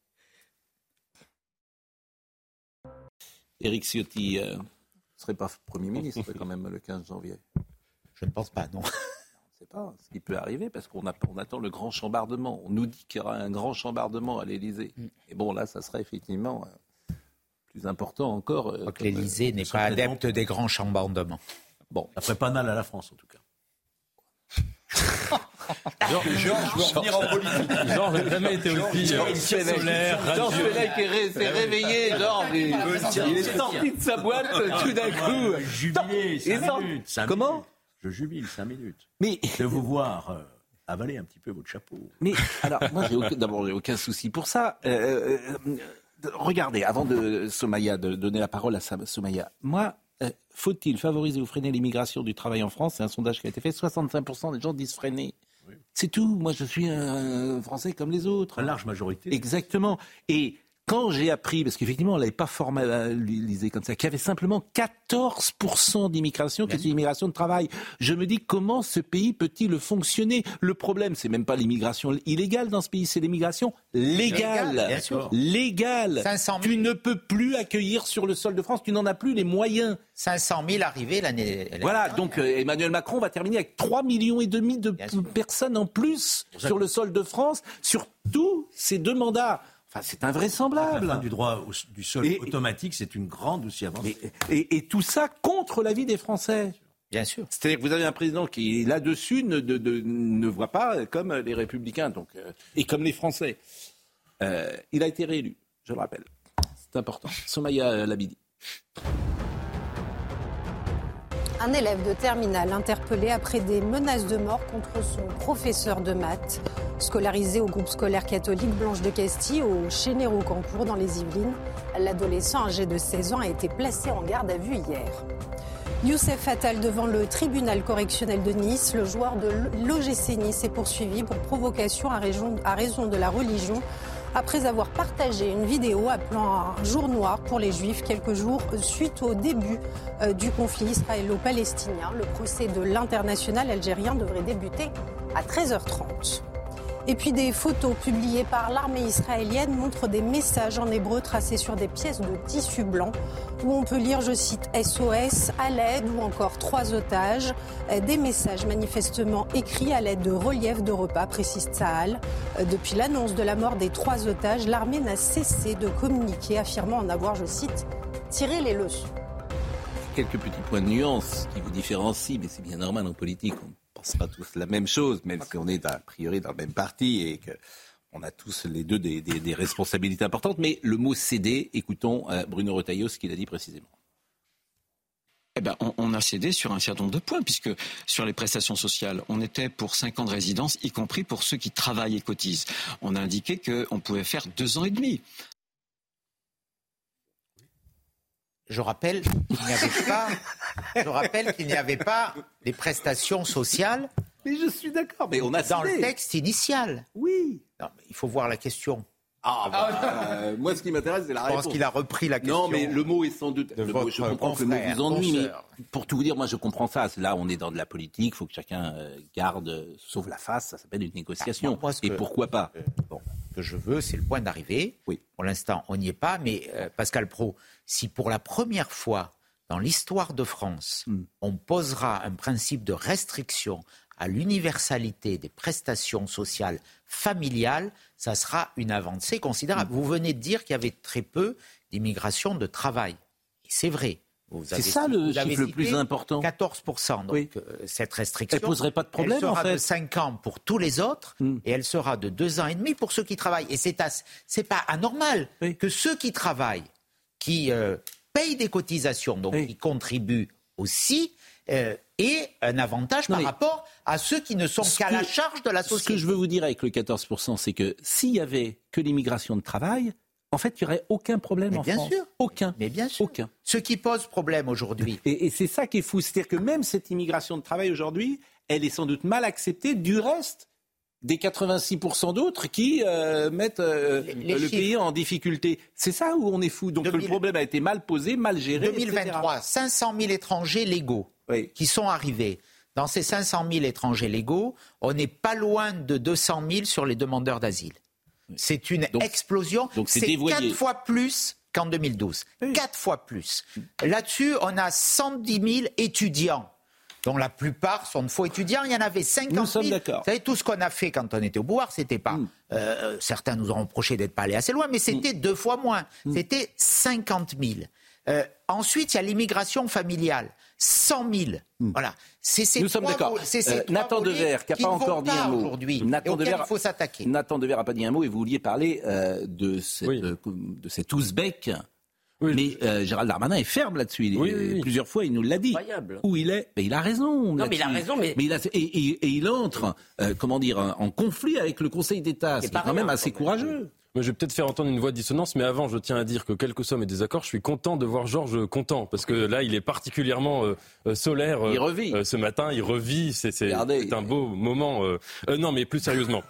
Éric Ciotti... ne serait pas Premier ministre quand même le 15 janvier. Je ne pense pas, non. On ne sait pas ce qui peut arriver parce qu'on attend le grand chambardement. On nous dit qu'il y aura un grand chambardement à l'Élysée. Et bon, là, ça serait effectivement plus important encore. Je crois que l'Élysée n'est pas adepte des grands chambardements. Bon, ça ferait pas mal à la France, en tout cas. Georges veut revenir en politique. Georges n'a jamais été aussi solaire. Georges Fenech s'est réveillé. Il est sorti de sa boîte tout d'un coup. Jubilé, 5 minutes. Comment ? Je jubile 5 minutes. Mais de vous voir avaler un petit peu votre chapeau. Mais alors, moi, j'ai aucun souci pour ça. Regardez, avant de donner la parole à Somaya, moi, faut-il favoriser ou freiner l'immigration du travail en France ? C'est un sondage qui a été fait. 65% des gens disent freiner. Oui. C'est tout. Moi, je suis un Français comme les autres. Une large majorité. Exactement. Et quand j'ai appris, parce qu'effectivement, on ne l'avait pas formalisé comme ça, qu'il y avait simplement 14% d'immigration qui était l'immigration de travail, je me dis comment ce pays peut-il fonctionner ? Le problème, c'est même pas l'immigration illégale dans ce pays, c'est l'immigration légale. Bien sûr. Légale. 500 000. Tu ne peux plus accueillir sur le sol de France, tu n'en as plus les moyens. 500 000 arrivés l'année voilà, donc Emmanuel Macron va terminer avec 3,5 millions de personnes en plus sur le sol de France, sur tous ces 2 mandats. Enfin, c'est invraisemblable. La fin du droit du sol automatique, c'est une grande aussi avancée. Et tout ça contre l'avis des Français. Bien sûr. C'est-à-dire que vous avez un président qui, là-dessus, ne voit pas comme les Républicains et comme les Français. Il a été réélu, je le rappelle. C'est important. Somaya Labidi. Un élève de terminale interpellé après des menaces de mort contre son professeur de maths. Scolarisé au groupe scolaire catholique Blanche de Castille au Chénéreau-Cancourt dans les Yvelines, l'adolescent âgé de 16 ans a été placé en garde à vue hier. Youssef Attal devant le tribunal correctionnel de Nice. Le joueur de l'OGC Nice est poursuivi pour provocation à raison de la religion après avoir partagé une vidéo appelant un jour noir pour les Juifs quelques jours suite au début du conflit israélo-palestinien. Le procès de l'international algérien devrait débuter à 13h30. Et puis des photos publiées par l'armée israélienne montrent des messages en hébreu tracés sur des pièces de tissu blanc où on peut lire, je cite, SOS, à l'aide ou encore 3 otages. Des messages manifestement écrits à l'aide de reliefs de repas, précise Tsahal. Depuis l'annonce de la mort des 3 otages, l'armée n'a cessé de communiquer, affirmant en avoir, je cite, tiré les leçons. Quelques petits points de nuance qui vous différencient, mais c'est bien normal en politique. On ne pense pas tous la même chose, même si on est a priori dans le même parti et qu'on a tous les deux des responsabilités importantes. Mais le mot céder, écoutons Bruno Retailleau ce qu'il a dit précisément. Eh ben, on a cédé sur un certain nombre de points, puisque sur les prestations sociales, on était pour 5 ans de résidence, y compris pour ceux qui travaillent et cotisent. On a indiqué qu'on pouvait faire 2 ans et demi. Je rappelle qu'il n'y avait pas les prestations sociales. Mais je suis d'accord. Mais on a dans le texte initial. Oui. Non, mais il faut voir la question. Moi, ce qui m'intéresse, c'est la réponse. Je pense qu'il a repris la question. Non, mais le mot est sans doute. Je comprends que le mot vous ennuie, mais pour tout vous dire, moi, je comprends ça. Là, on est dans de la politique. Il faut que chacun garde, sauve la face. Ça s'appelle une négociation. Et pourquoi pas Ce que je veux, c'est le point d'arrivée. Oui. Pour l'instant, on n'y est pas. Mais Pascal Praud, si pour la première fois dans l'histoire de France, on posera un principe de restriction à l'universalité des prestations sociales familiales, ça sera une avancée considérable. Vous venez de dire qu'il y avait très peu d'immigration de travail. Et c'est vrai. C'est ça le chiffre le plus important. 14%. Donc cette restriction, elle ne poserait pas de problème, elle sera en fait. de 5 ans pour tous les autres et elle sera de 2 ans et demi pour ceux qui travaillent. Et c'est pas anormal que ceux qui travaillent, qui payent des cotisations, donc qui contribuent aussi, et un avantage par rapport à ceux qui ne sont qu'à la charge de la société. Ce que je veux vous dire avec le 14%, c'est que s'il y avait que l'immigration de travail, en fait, il n'y aurait aucun problème en France. Sûr. Aucun. Mais bien sûr. Aucun. Ce qui pose problème aujourd'hui. Et c'est ça qui est fou. C'est-à-dire que même cette immigration de travail aujourd'hui, elle est sans doute mal acceptée du reste des 86% d'autres qui mettent le pays en difficulté. C'est ça où on est fou. Donc le problème a été mal posé, mal géré, 2023, etc. 500 000 étrangers légaux qui sont arrivés. Dans ces 500 000 étrangers légaux, on n'est pas loin de 200 000 sur les demandeurs d'asile. C'est une explosion. Donc c'est 4 fois plus qu'en 2012. 4 fois plus. Là-dessus, on a 110 000 étudiants, dont la plupart sont de faux étudiants. Il y en avait 50 000. Nous sommes d'accord. Vous savez, tout ce qu'on a fait quand on était au pouvoir, c'était pas... certains nous ont reproché d'être pas allés assez loin, mais c'était 2 fois moins. C'était 50 000. Ensuite, il y a l'immigration familiale. 100 000. Voilà. Nous sommes d'accord. Nathan Dever, qui n'a pas encore dit un mot. Aujourd'hui, Nathan Dever, il faut s'attaquer. Nathan Dever n'a pas dit un mot et vous vouliez parler de cet Ouzbek. Oui. Mais Gérald Darmanin est ferme là-dessus. Plusieurs fois, il nous l'a dit. Incroyable. Où il est. Mais il a raison. Non, mais il a raison. Mais il entre, en conflit avec le Conseil d'État. C'est quand même assez courageux. Moi, je vais peut-être faire entendre une voix de dissonance, mais avant, je tiens à dire que quel que soient mes désaccords, je suis content de voir Georges content, parce que là, il est particulièrement solaire. Il revit. Ce matin, il revit. C'est un beau moment. Non, mais plus sérieusement.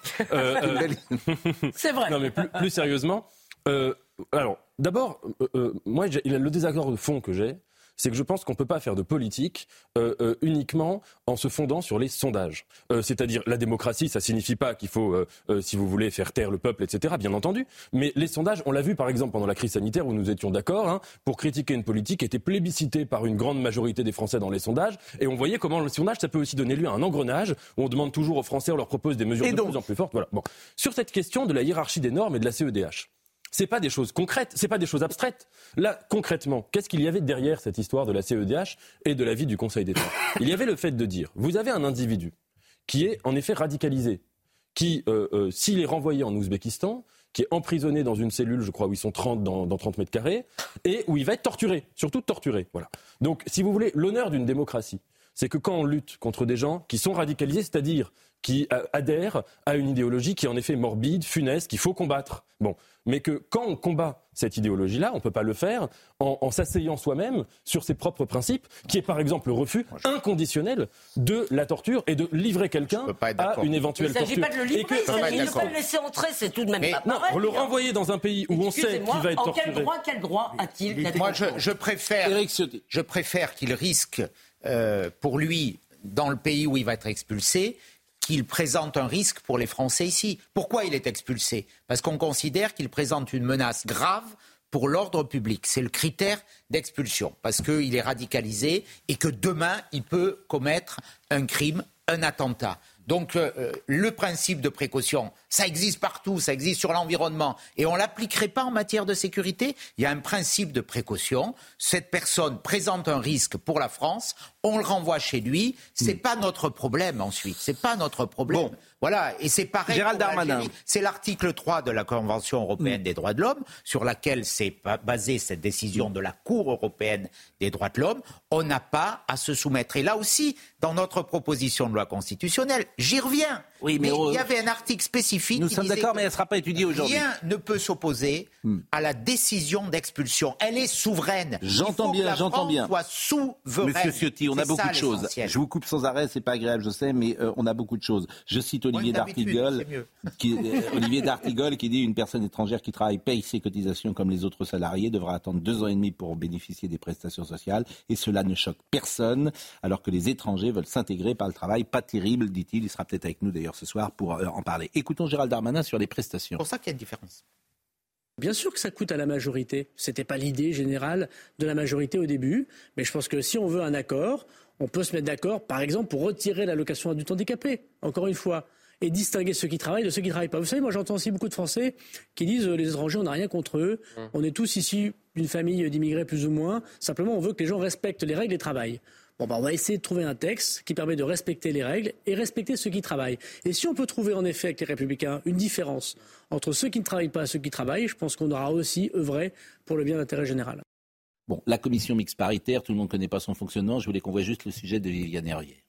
C'est vrai. Non, mais plus sérieusement. Alors, d'abord, moi, le désaccord de fond que j'ai, c'est que je pense qu'on ne peut pas faire de politique uniquement en se fondant sur les sondages. C'est-à-dire, la démocratie, ça ne signifie pas qu'il faut, si vous voulez, faire taire le peuple, etc., bien entendu. Mais les sondages, on l'a vu par exemple pendant la crise sanitaire où nous étions d'accord, pour critiquer une politique qui était plébiscitée par une grande majorité des Français dans les sondages. Et on voyait comment le sondage, ça peut aussi donner lieu à un engrenage où on demande toujours aux Français, on leur propose des mesures de plus en plus fortes. Voilà. Bon. Sur cette question de la hiérarchie des normes et de la CEDH, c'est pas des choses concrètes, c'est pas des choses abstraites. Là, concrètement, qu'est-ce qu'il y avait derrière cette histoire de la CEDH et de l'avis du Conseil d'État ? Il y avait le fait de dire, vous avez un individu qui est en effet radicalisé, qui, s'il est renvoyé en Ouzbékistan, qui est emprisonné dans une cellule, je crois, où ils sont 30 dans 30 mètres carrés, et où il va être torturé, surtout torturé. Voilà. Donc, si vous voulez, l'honneur d'une démocratie, c'est que quand on lutte contre des gens qui sont radicalisés, c'est-à-dire qui adhèrent à une idéologie qui est en effet morbide, funeste, qu'il faut combattre. Bon, mais que quand on combat cette idéologie-là, on ne peut pas le faire en s'asseyant soi-même sur ses propres principes, qui est par exemple le refus inconditionnel de la torture et de livrer quelqu'un à une éventuelle torture. Il ne s'agit pas de le livrer, il s'agit de pas le laisser entrer, c'est tout de même pas pareil. Non, le renvoyer dans un pays où on sait qu'il va être torturé. Quel droit a-t-il d'être Moi, je préfère qu'il risque, pour lui, dans le pays où il va être expulsé, qu'il présente un risque pour les Français ici. Pourquoi il est expulsé ? Parce qu'on considère qu'il présente une menace grave pour l'ordre public. C'est le critère d'expulsion, parce qu'il est radicalisé et que demain, il peut commettre un crime, un attentat. Donc le principe de précaution, ça existe partout, ça existe sur l'environnement. Et on ne l'appliquerait pas en matière de sécurité. Il y a un principe de précaution. Cette personne présente un risque pour la France, on le renvoie chez lui. C'est pas notre problème ensuite. C'est pas notre problème. Bon. Voilà, et c'est pareil Gérald Darmanin. C'est l'article 3 de la Convention européenne des droits de l'homme, sur laquelle s'est basée cette décision de la Cour européenne des droits de l'homme. On n'a pas à se soumettre. Et là aussi, dans notre proposition de loi constitutionnelle, j'y reviens. Oui, mais il y avait un article spécifique qui disait d'accord, mais elle ne sera pas étudiée aujourd'hui. Rien ne peut s'opposer à la décision d'expulsion. Elle est souveraine. J'entends bien. Soit souveraine. Monsieur Ciotti, on a beaucoup de choses. Je vous coupe sans arrêt, c'est pas agréable, je sais, mais on a beaucoup de choses. Je cite Olivier D'Artigol, qui dit une personne étrangère qui travaille paye ses cotisations comme les autres salariés devra attendre 2 ans et demi pour bénéficier des prestations sociales et cela ne choque personne alors que les étrangers veulent s'intégrer par le travail. Pas terrible, dit-il. Il sera peut-être avec nous d'ailleurs ce soir pour en parler. Écoutons Gérald Darmanin sur les prestations. C'est pour ça qu'il y a une différence. Bien sûr que ça coûte à la majorité. C'était pas l'idée générale de la majorité au début, mais je pense que si on veut un accord, on peut se mettre d'accord, par exemple, pour retirer l'allocation adulte handicapé, encore une fois, et distinguer ceux qui travaillent de ceux qui ne travaillent pas. Vous savez, moi j'entends aussi beaucoup de Français qui disent les étrangers, on n'a rien contre eux, on est tous ici d'une famille d'immigrés plus ou moins, simplement on veut que les gens respectent les règles et travaillent. Bon, on va essayer de trouver un texte qui permet de respecter les règles et respecter ceux qui travaillent. Et si on peut trouver en effet avec les Républicains une différence entre ceux qui ne travaillent pas et ceux qui travaillent, je pense qu'on aura aussi œuvré pour le bien de l'intérêt général. Bon, la commission mixte paritaire, tout le monde ne connaît pas son fonctionnement. Je voulais qu'on voit juste le sujet de Viviane Hervier.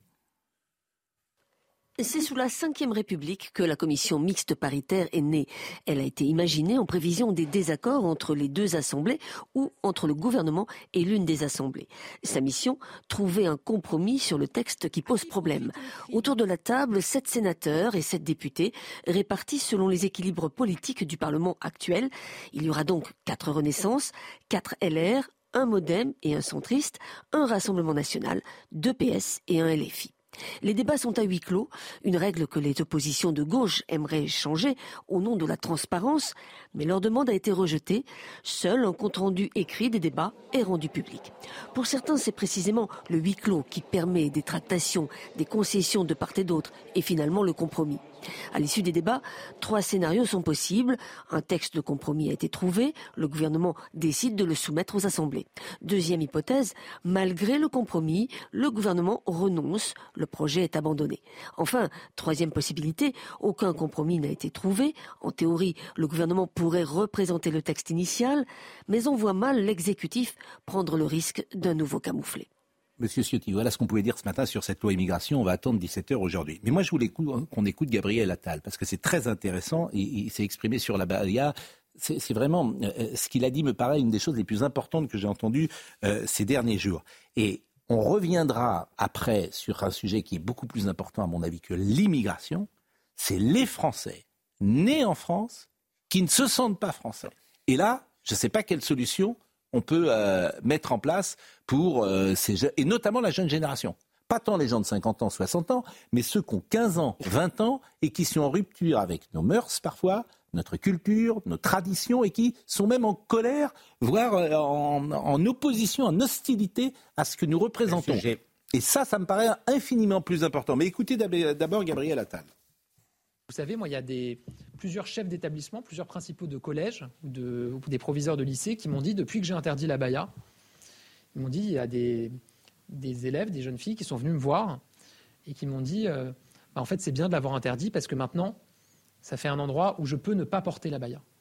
C'est sous la Ve République que la commission mixte paritaire est née. Elle a été imaginée en prévision des désaccords entre les deux assemblées ou entre le gouvernement et l'une des assemblées. Sa mission, trouver un compromis sur le texte qui pose problème. Autour de la table, 7 sénateurs et 7 députés, répartis selon les équilibres politiques du Parlement actuel. Il y aura donc 4 Renaissance, 4 LR, un Modem et un centriste, un Rassemblement national, 2 PS et un LFI. Les débats sont à huis clos, une règle que les oppositions de gauche aimeraient changer au nom de la transparence, mais leur demande a été rejetée. Seul un compte-rendu écrit des débats est rendu public. Pour certains, c'est précisément le huis clos qui permet des tractations, des concessions de part et d'autre, et finalement le compromis. À l'issue des débats, 3 scénarios sont possibles. Un texte de compromis a été trouvé. Le gouvernement décide de le soumettre aux assemblées. Deuxième hypothèse, malgré le compromis, le gouvernement renonce. Le projet est abandonné. Enfin, troisième possibilité, aucun compromis n'a été trouvé. En théorie, le gouvernement pourrait représenter le texte initial, mais on voit mal l'exécutif prendre le risque d'un nouveau camouflet. Monsieur Ciotti, voilà ce qu'on pouvait dire ce matin sur cette loi immigration. On va attendre 17h aujourd'hui. Mais moi, je voulais qu'on écoute Gabriel Attal, parce que c'est très intéressant. Il s'est exprimé sur la Baïa. C'est vraiment... ce qu'il a dit me paraît une des choses les plus importantes que j'ai entendues ces derniers jours. Et on reviendra après sur un sujet qui est beaucoup plus important, à mon avis, que l'immigration. C'est les Français nés en France qui ne se sentent pas français. Et là, je ne sais pas quelle solution on peut mettre en place pour ces jeunes, et notamment la jeune génération. Pas tant les gens de 50 ans, 60 ans, mais ceux qui ont 15 ans, 20 ans, et qui sont en rupture avec nos mœurs parfois, notre culture, nos traditions, et qui sont même en colère, voire en opposition, en hostilité à ce que nous représentons. Et ça me paraît infiniment plus important. Mais écoutez d'abord Gabriel Attal. Vous savez, moi, il y a plusieurs chefs d'établissement, plusieurs principaux de collèges ou des proviseurs de lycée qui m'ont dit, depuis que j'ai interdit la baya, ils m'ont dit, il y a des élèves, des jeunes filles qui sont venues me voir et qui m'ont dit, en fait, c'est bien de l'avoir interdit parce que maintenant, ça fait un endroit où je peux ne pas porter la baya.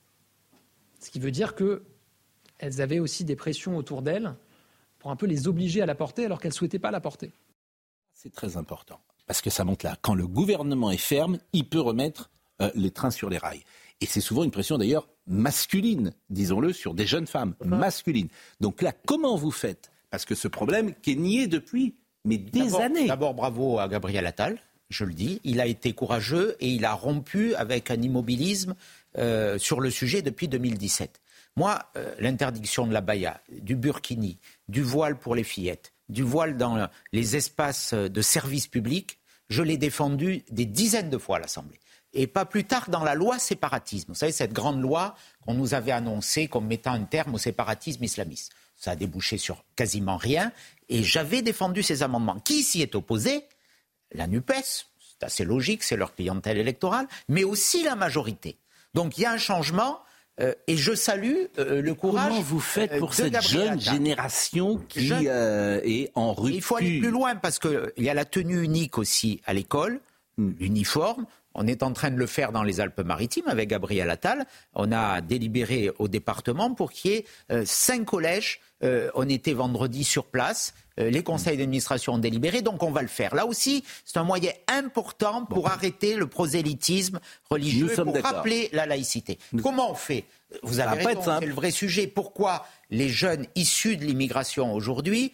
Ce qui veut dire qu'elles avaient aussi des pressions autour d'elles pour un peu les obliger à la porter alors qu'elles ne souhaitaient pas la porter. C'est très important. Parce que ça montre là, quand le gouvernement est ferme, il peut remettre les trains sur les rails. Et c'est souvent une pression d'ailleurs masculine, disons-le, sur des jeunes femmes masculines. Donc là, comment vous faites ? Parce que ce problème qui est nié depuis des années. D'abord, bravo à Gabriel Attal, je le dis. Il a été courageux et il a rompu avec un immobilisme sur le sujet depuis 2017. Moi, l'interdiction de la baya, du burkini, du voile pour les fillettes, du voile dans les espaces de service public, je l'ai défendu des dizaines de fois à l'Assemblée. Et pas plus tard dans la loi séparatisme. Vous savez, cette grande loi qu'on nous avait annoncée comme mettant un terme au séparatisme islamiste. Ça a débouché sur quasiment rien. Et j'avais défendu ces amendements. Qui s'y est opposé ? La NUPES, c'est assez logique, c'est leur clientèle électorale, mais aussi la majorité. Donc il y a un changement. Et je salue le courage. Comment vous faites pour cette jeune génération qui est en rupture ? Il faut aller plus loin parce qu'il y a la tenue unique aussi à l'école, l'uniforme. On est en train de le faire dans les Alpes-Maritimes avec Gabriel Attal. On a délibéré au département pour qu'il y ait 5 collèges. On était vendredi sur place. Les conseils d'administration ont délibéré, donc on va le faire. Là aussi, c'est un moyen important pour arrêter le prosélytisme religieux, pour rappeler la laïcité. Comment on fait ? Vous avez raison, c'est le vrai sujet. Pourquoi les jeunes issus de l'immigration aujourd'hui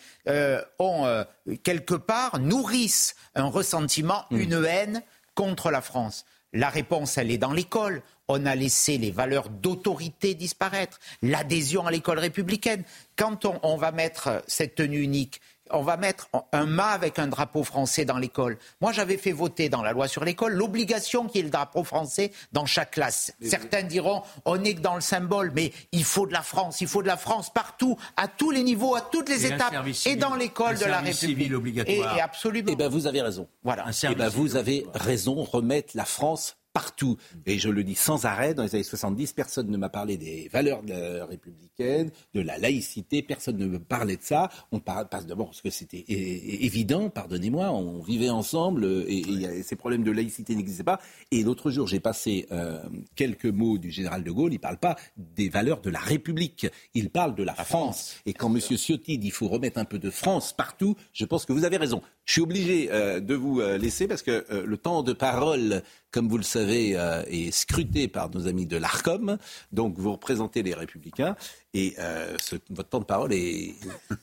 quelque part, nourrissent un ressentiment, une haine contre la France ? La réponse, elle est dans l'école. On a laissé les valeurs d'autorité disparaître, l'adhésion à l'école républicaine. Quand on va mettre cette tenue unique, on va mettre un mât avec un drapeau français dans l'école. Moi, j'avais fait voter dans la loi sur l'école l'obligation qu'il y ait le drapeau français dans chaque classe. Certains diront, on n'est que dans le symbole, mais il faut de la France partout, à tous les niveaux, à toutes les étapes, et dans l'école de la République. Et absolument. Eh bien, vous avez raison. Voilà. Vous avez raison, remettre la France partout. Et je le dis sans arrêt, dans les années 70, personne ne m'a parlé des valeurs républicaines, de la laïcité, personne ne me parlait de ça. On passe d'abord parce que c'était évident, pardonnez-moi, on vivait ensemble et ces problèmes de laïcité n'existaient pas. Et l'autre jour, j'ai passé quelques mots du général de Gaulle, il ne parle pas des valeurs de la République, il parle de la France. Et quand M. Ciotti dit qu'il faut remettre un peu de France partout, je pense que vous avez raison. Je suis obligé de vous laisser parce que le temps de parole, comme vous le savez, est scruté par nos amis de l'ARCOM. Donc vous représentez les Républicains et votre temps de parole est...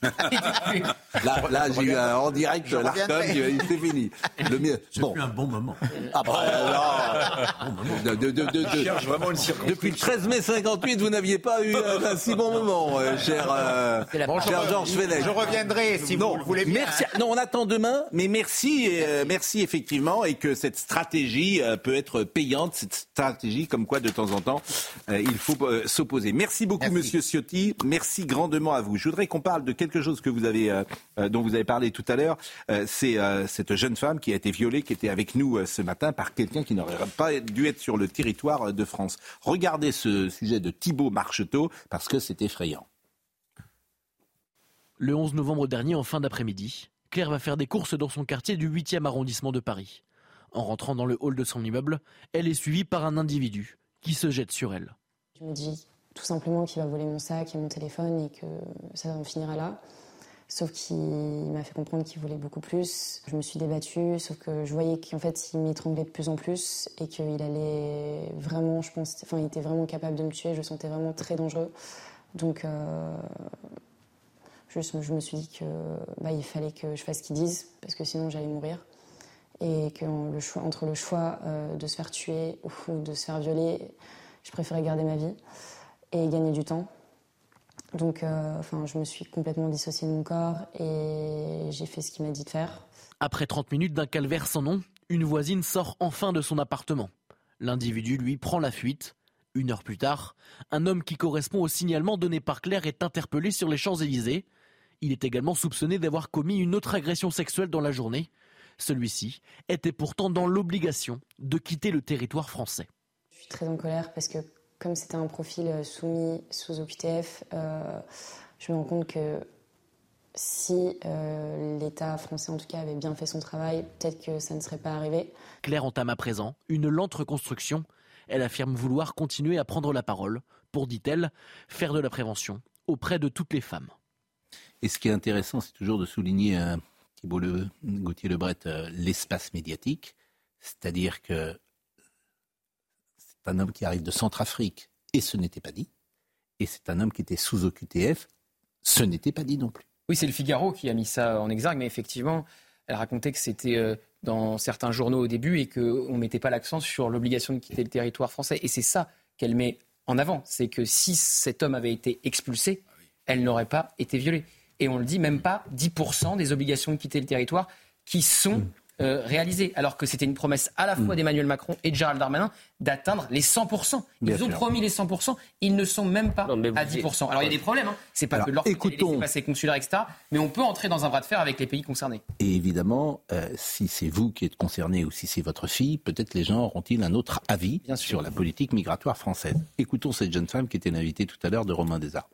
là j'ai eu en direct l'ARCOM, c'est fini. Le mieux. Bon. Un bon moment. Ah cherche vraiment une circonstance. Depuis le 13 mai 58, vous n'aviez pas eu un si bon moment, cher Georges Fenech. Je reviendrai si vous le voulez bien. Merci. Non, on attend demain, mais merci effectivement, et que cette stratégie peut être payante, cette stratégie comme quoi de temps en temps il faut s'opposer. Merci beaucoup, Monsieur Ciotti. Merci grandement à vous. Je voudrais qu'on parle de quelque chose que vous avez, dont vous avez parlé tout à l'heure. C'est cette jeune femme qui a été violée, qui était avec nous ce matin par quelqu'un qui n'aurait pas dû être sur le territoire de France. Regardez ce sujet de Thibaut Marcheteau parce que c'est effrayant. Le 11 novembre dernier, en fin d'après-midi, Claire va faire des courses dans son quartier du 8e arrondissement de Paris. En rentrant dans le hall de son immeuble, elle est suivie par un individu qui se jette sur elle. Je me dis tout simplement qu'il va voler mon sac et mon téléphone et que ça en finira là. Sauf qu'il m'a fait comprendre qu'il voulait beaucoup plus. Je me suis débattue, sauf que je voyais qu'en fait, il m'étranglait de plus en plus et qu'il allait vraiment, il était vraiment capable de me tuer. Je le sentais vraiment très dangereux. Donc, je me suis dit qu'il fallait que je fasse ce qu'ils disent parce que sinon, j'allais mourir. Et qu'entre le choix de se faire tuer ou de se faire violer, je préférais garder ma vie et gagner du temps. Donc, je me suis complètement dissociée de mon corps et j'ai fait ce qu'il m'a dit de faire. Après 30 minutes d'un calvaire sans nom, une voisine sort enfin de son appartement. L'individu, lui, prend la fuite. 1 heure plus tard, un homme qui correspond au signalement donné par Claire est interpellé sur les Champs-Élysées. Il est également soupçonné d'avoir commis une autre agression sexuelle dans la journée. Celui-ci était pourtant dans l'obligation de quitter le territoire français. Je suis très en colère parce que comme c'était un profil soumis sous OQTF, je me rends compte que si l'État français en tout cas avait bien fait son travail, peut-être que ça ne serait pas arrivé. Claire entame à présent une lente reconstruction. Elle affirme vouloir continuer à prendre la parole pour, dit-elle, faire de la prévention auprès de toutes les femmes. Et ce qui est intéressant, c'est toujours de souligner, Thibault Gauthier-Lebret, l'espace médiatique, c'est-à-dire que c'est un homme qui arrive de Centrafrique et ce n'était pas dit, et c'est un homme qui était sous OQTF, ce n'était pas dit non plus. Oui, c'est le Figaro qui a mis ça en exergue, mais effectivement, elle racontait que c'était dans certains journaux au début et qu'on ne mettait pas l'accent sur l'obligation de quitter le territoire français. Et c'est ça qu'elle met en avant, c'est que si cet homme avait été expulsé, elle n'aurait pas été violée. Et on le dit, même pas 10% des obligations de quitter le territoire qui sont réalisées. Alors que c'était une promesse à la fois d'Emmanuel Macron et de Gérald Darmanin d'atteindre les 100%. Ils ont promis les 100%, ils ne sont même pas à 10%. Alors il y a des problèmes, hein. C'est pas que lorsqu'il y a des laissés-passer consulaires, etc. Mais on peut entrer dans un bras de fer avec les pays concernés. Et évidemment, si c'est vous qui êtes concerné ou si c'est votre fille, peut-être les gens auront-ils un autre avis sur la politique migratoire française. Écoutons cette jeune femme qui était l'invitée tout à l'heure de Romain Desarbres.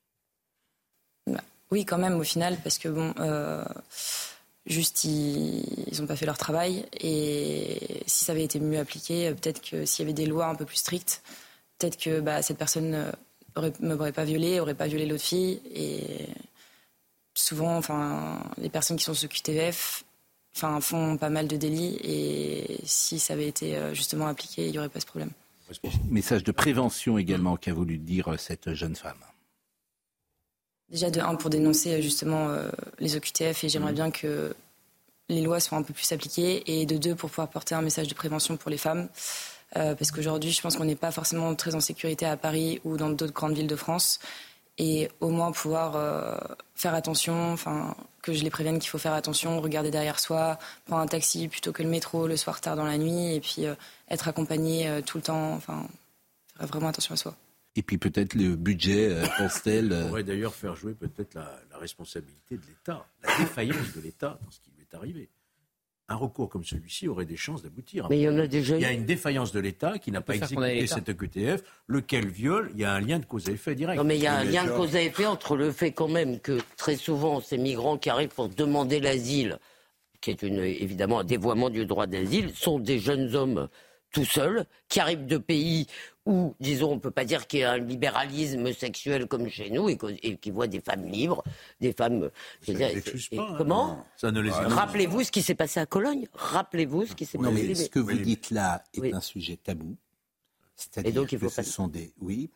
Oui, quand même, au final, parce que juste, ils n'ont pas fait leur travail. Et si ça avait été mieux appliqué, peut-être que s'il y avait des lois un peu plus strictes, peut-être que cette personne ne m'aurait pas violée, n'aurait pas violé l'autre fille. Et souvent, les personnes qui sont sous QTF font pas mal de délits. Et si ça avait été justement appliqué, il n'y aurait pas ce problème. Message de prévention également qu'a voulu dire cette jeune femme. Déjà, de 1, pour dénoncer justement les OQTF, et j'aimerais bien que les lois soient un peu plus appliquées, et de 2, pour pouvoir porter un message de prévention pour les femmes, parce qu'aujourd'hui, je pense qu'on n'est pas forcément très en sécurité à Paris ou dans d'autres grandes villes de France, et au moins pouvoir faire attention, que je les prévienne qu'il faut faire attention, regarder derrière soi, prendre un taxi plutôt que le métro le soir tard dans la nuit, et puis être accompagné tout le temps, faire vraiment attention à soi. Et puis peut-être le budget, pense-t-elle... On pourrait d'ailleurs faire jouer peut-être la responsabilité de l'État, la défaillance de l'État dans ce qui lui est arrivé. un recours comme celui-ci aurait des chances d'aboutir. Mais il y en a déjà. Il y a une défaillance de l'État qui n'a pas exécuté cette OQTF, lequel viole. Il y a un lien de cause à effet direct. Non, mais il y a un lien de cause à effet entre le fait quand même que très souvent ces migrants qui arrivent pour demander l'asile, qui est évidemment un dévoiement du droit d'asile, sont des jeunes hommes tout seuls, qui arrivent de pays où, disons, on ne peut pas dire qu'il y a un libéralisme sexuel comme chez nous, et qui voient des femmes libres, des femmes... Comment ça ne les Rappelez-vous ce qui s'est passé à Cologne. Rappelez-vous ce qui s'est passé. Non, mais ce que vous dites là est un sujet tabou. C'est-à-dire donc, que ce sont des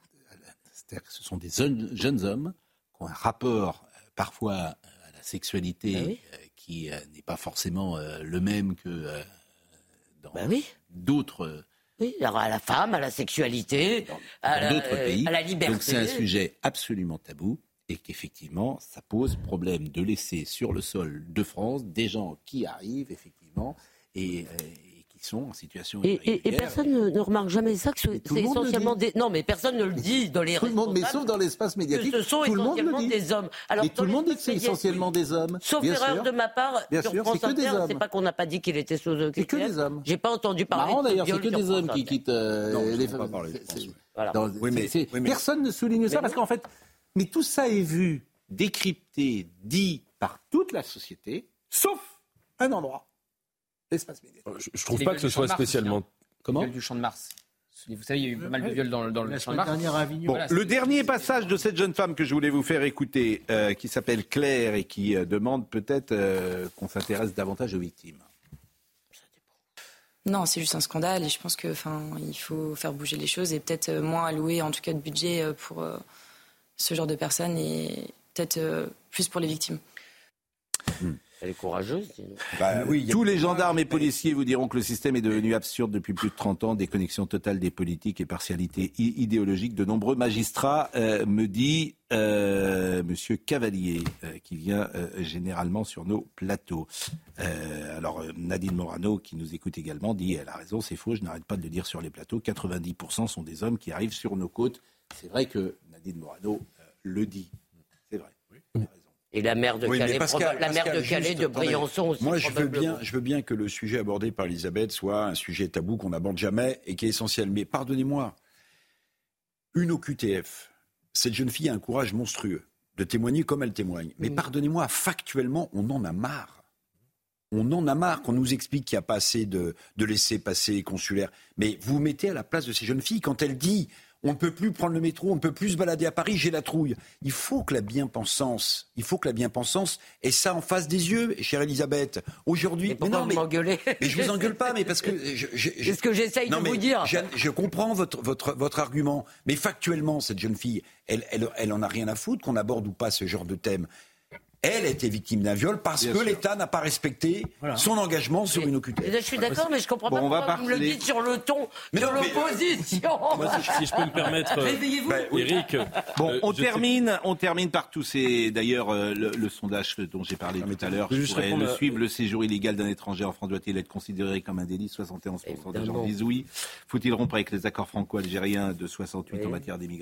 jeunes hommes qui ont un rapport parfois à la sexualité qui n'est pas forcément le même que dans d'autres... Oui, à la femme, à la sexualité, à d'autres pays. À la liberté. Donc c'est un sujet absolument tabou et qu'effectivement, ça pose problème de laisser sur le sol de France des gens qui arrivent, effectivement, et qui sont en situation irrégulière. Et personne ne remarque jamais ça, que c'est essentiellement des... Non, mais personne ne le dit dans les responsables. Mais sauf dans l'espace médiatique, ce sont essentiellement des hommes. Alors, tout le monde dit que c'est essentiellement des hommes. Sauf erreur de ma part, sur France Inter, c'est pas qu'on n'a pas dit qu'il était sous OQTF. C'est que des hommes. J'ai pas entendu parler marrant, d'ailleurs, c'est que des hommes qui quittent les femmes. Personne ne souligne ça parce qu'en fait, mais tout ça est vu, décrypté, dit par toute la société, sauf un endroit. L'espace médiatique. Je trouve pas que ce soit spécialement... Comment ? Le viol du Champ de Mars. Vous savez, il y a eu pas mal de viols dans le Champ de Mars. Bon, le dernier passage de cette jeune femme que je voulais vous faire écouter, qui s'appelle Claire et qui demande peut-être qu'on s'intéresse davantage aux victimes. Non, c'est juste un scandale et je pense que, il faut faire bouger les choses et peut-être moins allouer, en tout cas, de budget pour ce genre de personnes et peut-être plus pour les victimes. Elle est courageuse. Tous les gendarmes et policiers vous diront que le système est devenu absurde depuis plus de 30 ans. Déconnexion totale des politiques et partialité idéologique de nombreux magistrats, me dit Monsieur Cavalier, qui vient généralement sur nos plateaux. Alors Nadine Morano, qui nous écoute également, dit elle a raison, c'est faux, je n'arrête pas de le dire sur les plateaux. 90% sont des hommes qui arrivent sur nos côtes. C'est vrai que Nadine Morano le dit. C'est vrai. Oui. Et la maire de Calais, de Briançon aussi. Moi, je veux bien que le sujet abordé par Elisabeth soit un sujet tabou qu'on n'aborde jamais et qui est essentiel. Mais pardonnez-moi, une OQTF, cette jeune fille a un courage monstrueux de témoigner comme elle témoigne. Mais pardonnez-moi, factuellement, on en a marre. On en a marre qu'on nous explique qu'il n'y a pas assez de laissez-passer consulaires. Mais vous vous mettez à la place de ces jeunes filles quand elle dit... On ne peut plus prendre le métro, on ne peut plus se balader à Paris, j'ai la trouille. Il faut que la bien-pensance ait ça en face des yeux, chère Elisabeth. Aujourd'hui, vous m'engueulez. Mais je vous engueule pas, mais parce que c'est ce que j'essaye de vous dire. Je comprends votre argument, mais factuellement, cette jeune fille, elle en a rien à foutre qu'on aborde ou pas ce genre de thème. Elle était victime d'un viol parce que l'État n'a pas respecté son engagement sur une OQTF. Je suis d'accord, mais je comprends pas pourquoi vous me le dites sur le ton de l'opposition. Si je peux me permettre, Éric. On termine par tous ces... D'ailleurs, le sondage dont j'ai parlé tout à l'heure, je pourrais le suivre. Le séjour illégal d'un étranger en France doit-il être considéré comme un délit ? 71% des gens disent oui. Faut-il rompre avec les accords franco-algériens de 68 en matière d'immigration ?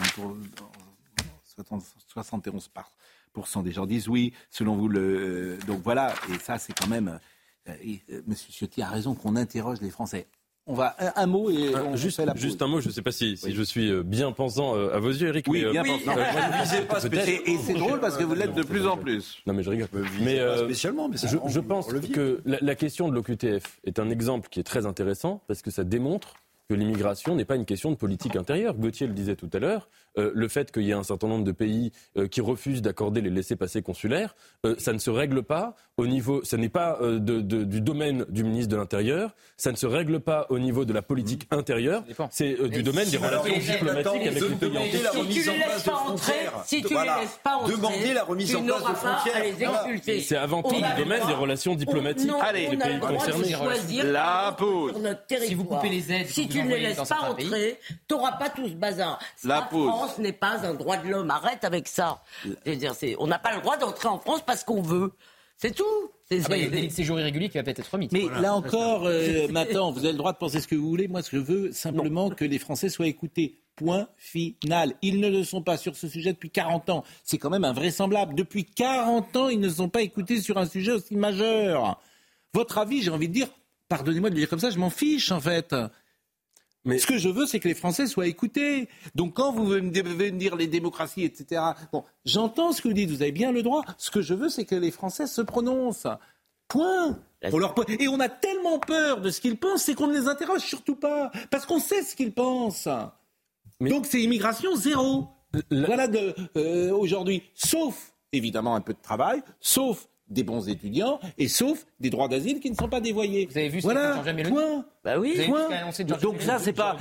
71% des gens disent oui, selon vous. Donc voilà, et ça c'est quand même... Monsieur Ciotti a raison qu'on interroge les Français. On va un mot et on juste fait la pause. Juste un mot, je ne sais pas si je suis bien pensant à vos yeux, Éric. Oui, mais, bien pensant. Et c'est drôle parce que vous l'êtes de plus en plus. Non mais je rigole. Mais spécialement, mais je pense que la question de l'OQTF est un exemple qui est très intéressant parce que ça démontre que l'immigration n'est pas une question de politique intérieure. Gauthier le disait tout à l'heure, le fait qu'il y ait un certain nombre de pays qui refusent d'accorder les laissez-passer consulaires, ça ne se règle pas au niveau, ça n'est pas du domaine du ministre de l'Intérieur, ça ne se règle pas au niveau de la politique intérieure, c'est du domaine des relations diplomatiques avec les pays en Si tu ne les laisses pas entrer, demander la remise en place de frontières. C'est avant tout du domaine des relations diplomatiques avec les pays concernés. La pause. Si vous coupez les aides, si tu ne les laisses pas entrer, tu n'auras pas tout ce bazar. La France n'est pas un droit de l'homme. Arrête avec ça. Je veux dire, on n'a pas le droit d'entrer en France parce qu'on veut. C'est tout. Il y a des séjours irréguliers qui va peut-être être remis. Mais là encore, maintenant, vous avez le droit de penser ce que vous voulez. Moi, je veux simplement que les Français soient écoutés. Point final. Ils ne le sont pas sur ce sujet depuis 40 ans. C'est quand même invraisemblable. Depuis 40 ans, ils ne sont pas écoutés sur un sujet aussi majeur. Votre avis, j'ai envie de dire, pardonnez-moi de le dire comme ça, je m'en fiche en fait. Mais ce que je veux, c'est que les Français soient écoutés. Donc quand vous venez me dire les démocraties, etc., bon, j'entends ce que vous dites, vous avez bien le droit. Ce que je veux, c'est que les Français se prononcent. Point. Et on a tellement peur de ce qu'ils pensent, c'est qu'on ne les interroge surtout pas. Parce qu'on sait ce qu'ils pensent. Donc c'est immigration zéro. Voilà aujourd'hui. Sauf, évidemment, un peu de travail, sauf des bons étudiants et sauf des droits d'asile qui ne sont pas dévoyés. Vous avez vu ce voilà, qu'a Giorgia Meloni ? point. Bah oui. Donc ça, c'est pas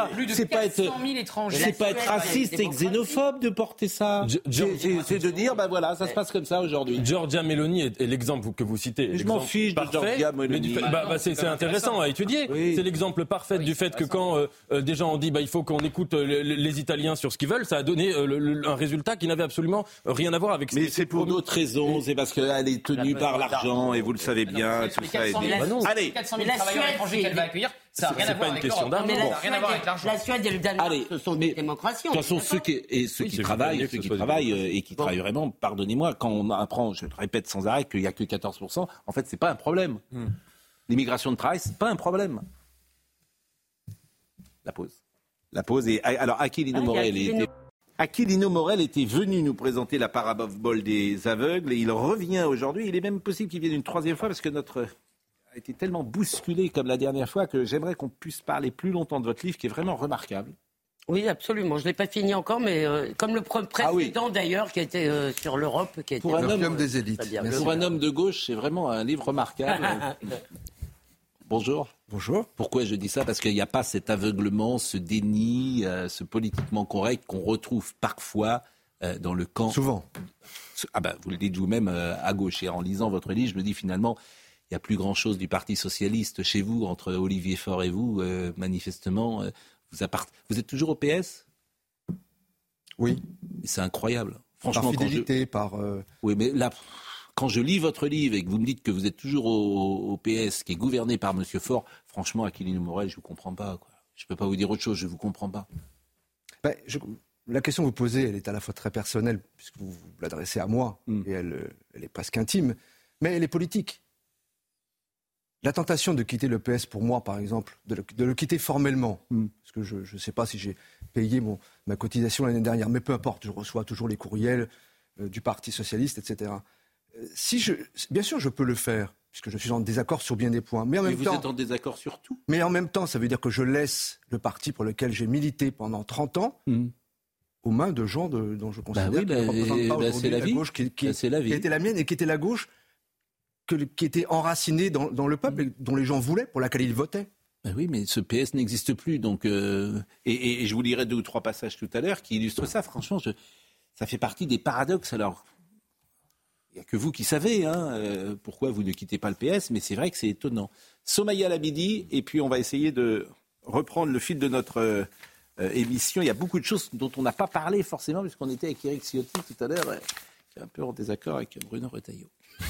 être raciste et xénophobe de porter ça. C'est de dire, ben voilà, ça se passe comme ça aujourd'hui. Giorgia Meloni est l'exemple que vous citez. Je m'en fiche de Giorgia Meloni. C'est intéressant à étudier. Oui. C'est l'exemple parfait du fait que quand des gens ont dit, il faut qu'on écoute les Italiens sur ce qu'ils veulent, ça a donné un résultat qui n'avait absolument rien à voir avec. Mais c'est pour d'autres raisons. C'est parce qu'elle est tenue par l'argent et vous le savez bien. Tout ça. Allez, 400 000 travailleurs étrangers qu'elle va accueillir. Ça n'a rien à voir avec l'Europe. La Suède et le Danemark, ce sont des démocraties. De toute façon, ceux qui travaillent et qui travaillent vraiment, pardonnez-moi, quand on apprend, je le répète sans arrêt, qu'il n'y a que 14%, en fait, c'est pas un problème. L'immigration de travail, c'est pas un problème. La pause. Et alors, Aquilino Morel était venu nous présenter la parabole des aveugles et il revient aujourd'hui. Il est même possible qu'il vienne une troisième fois parce que notre a été tellement bousculé comme la dernière fois que j'aimerais qu'on puisse parler plus longtemps de votre livre qui est vraiment remarquable. Oui, absolument. Je ne l'ai pas fini encore, mais comme le précédent d'ailleurs qui était sur l'Europe. Qui était pour un homme des élites. Pour un homme de gauche, c'est vraiment un livre remarquable. Bonjour. Bonjour. Pourquoi je dis ça ? Parce qu'il n'y a pas cet aveuglement, ce déni, ce politiquement correct qu'on retrouve parfois dans le camp. Souvent. Vous le dites vous-même à gauche. Et en lisant votre livre, je me dis finalement, il n'y a plus grand-chose du Parti socialiste chez vous, entre Olivier Faure et vous, manifestement. Vous êtes toujours au PS ? Oui. C'est incroyable. Franchement, par fidélité, Oui, mais là, quand je lis votre livre et que vous me dites que vous êtes toujours au PS, qui est gouverné par M. Faure, franchement, Aquilino Morel, je ne vous comprends pas. Je ne peux pas vous dire autre chose, je ne vous comprends pas. La question que vous posez, elle est à la fois très personnelle, puisque vous l'adressez à moi, et elle est presque intime, mais elle est politique. La tentation de quitter le PS, pour moi, par exemple, de le quitter formellement, parce que je ne sais pas si j'ai payé ma cotisation l'année dernière, mais peu importe, je reçois toujours les courriels du Parti socialiste, etc. Bien sûr, je peux le faire, puisque je suis en désaccord sur bien des points. Mais en même temps, vous êtes en désaccord sur tout. Mais en même temps, ça veut dire que je laisse le parti pour lequel j'ai milité pendant 30 ans aux mains de gens dont je considère qu'ils ne représentent pas aujourd'hui la gauche qui était la mienne et qui était la gauche qui était enracinée dans le peuple et dont les gens voulaient, pour laquelle ils votaient. Oui, mais ce PS n'existe plus. Donc, et je vous lirai 2 ou 3 passages tout à l'heure qui illustrent ça. Franchement, ça fait partie des paradoxes. Alors, il n'y a que vous qui savez pourquoi vous ne quittez pas le PS, mais c'est vrai que c'est étonnant. Somaya Labidi, et puis on va essayer de reprendre le fil de notre émission. Il y a beaucoup de choses dont on n'a pas parlé forcément, puisqu'on était avec Éric Ciotti tout à l'heure, qui est un peu en désaccord avec Bruno Retailleau.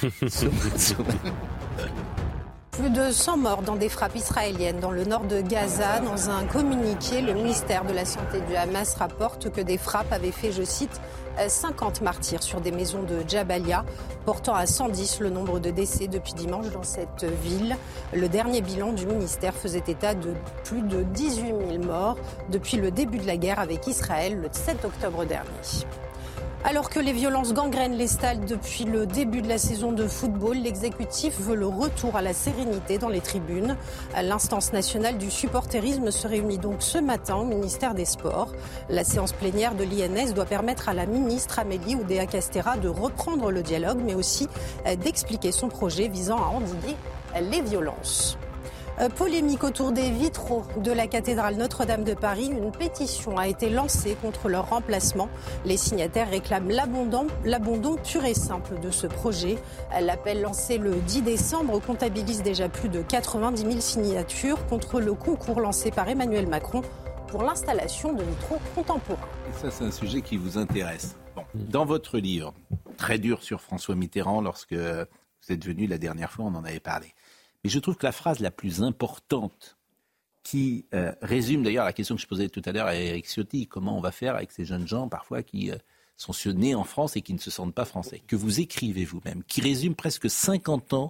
Plus de 100 morts dans des frappes israéliennes dans le nord de Gaza. Dans un communiqué, le ministère de la Santé du Hamas rapporte que des frappes avaient fait, je cite, 50 martyrs sur des maisons de Jabalia, portant à 110 le nombre de décès depuis dimanche dans cette ville. Le dernier bilan du ministère faisait état de plus de 18 000 morts depuis le début de la guerre avec Israël le 7 octobre dernier. Alors que les violences gangrènent les stades depuis le début de la saison de football, l'exécutif veut le retour à la sérénité dans les tribunes. L'instance nationale du supporterisme se réunit donc ce matin au ministère des Sports. La séance plénière de l'INS doit permettre à la ministre Amélie Oudéa-Castéra de reprendre le dialogue, mais aussi d'expliquer son projet visant à endiguer les violences. Polémique autour des vitraux de la cathédrale Notre-Dame de Paris. Une pétition a été lancée contre leur remplacement. Les signataires réclament l'abandon pur et simple de ce projet. L'appel lancé le 10 décembre comptabilise déjà plus de 90 000 signatures contre le concours lancé par Emmanuel Macron pour l'installation de vitraux contemporains. Et ça, c'est un sujet qui vous intéresse. Bon, dans votre livre, très dur sur François Mitterrand, lorsque vous êtes venu la dernière fois, on en avait parlé. Mais je trouve que la phrase la plus importante qui résume d'ailleurs la question que je posais tout à l'heure à Éric Ciotti, comment on va faire avec ces jeunes gens parfois qui sont nés en France et qui ne se sentent pas français, que vous écrivez vous-même, qui résume presque 50 ans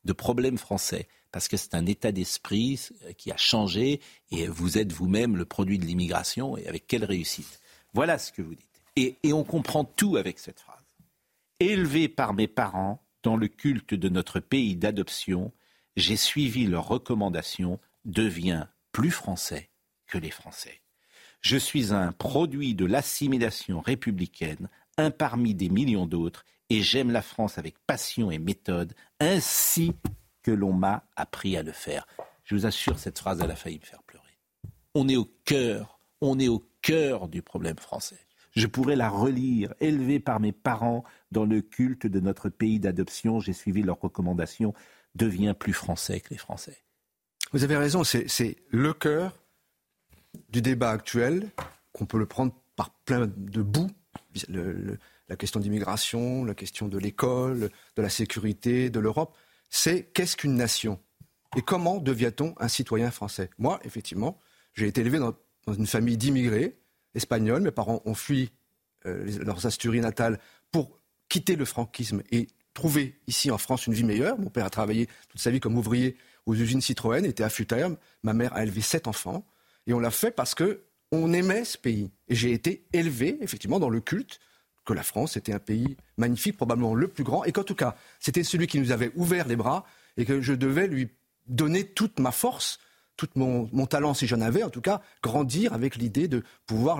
de problème français, parce que c'est un état d'esprit qui a changé, et vous êtes vous-même le produit de l'immigration, et avec quelle réussite. Voilà ce que vous dites. Et on comprend tout avec cette phrase. Élevé par mes parents dans le culte de notre pays d'adoption, j'ai suivi leurs recommandations, deviens plus français que les Français. Je suis un produit de l'assimilation républicaine, un parmi des millions d'autres, et j'aime la France avec passion et méthode, ainsi que l'on m'a appris à le faire. Je vous assure, cette phrase, elle a failli me faire pleurer. On est au cœur du problème français. Je pourrais la relire. Élevé par mes parents dans le culte de notre pays d'adoption, j'ai suivi leurs recommandations, deviens plus français que les Français. Vous avez raison, c'est le cœur du débat actuel, qu'on peut le prendre par plein de bouts. La question d'immigration, la question de l'école, de la sécurité, de l'Europe, c'est qu'est-ce qu'une nation ? Et comment devient-on un citoyen français ? Moi, effectivement, j'ai été élevé dans une famille d'immigrés espagnols. Mes parents ont fui leurs Asturies natales pour quitter le franquisme et trouver ici en France une vie meilleure. Mon père a travaillé toute sa vie comme ouvrier aux usines Citroën, était affûteur. Ma mère a élevé 7 enfants. Et on l'a fait parce qu'on aimait ce pays. Et j'ai été élevé, effectivement, dans le culte que la France était un pays magnifique, probablement le plus grand, et qu'en tout cas, c'était celui qui nous avait ouvert les bras et que je devais lui donner toute ma force, tout mon talent, si j'en avais, en tout cas, grandir avec l'idée de pouvoir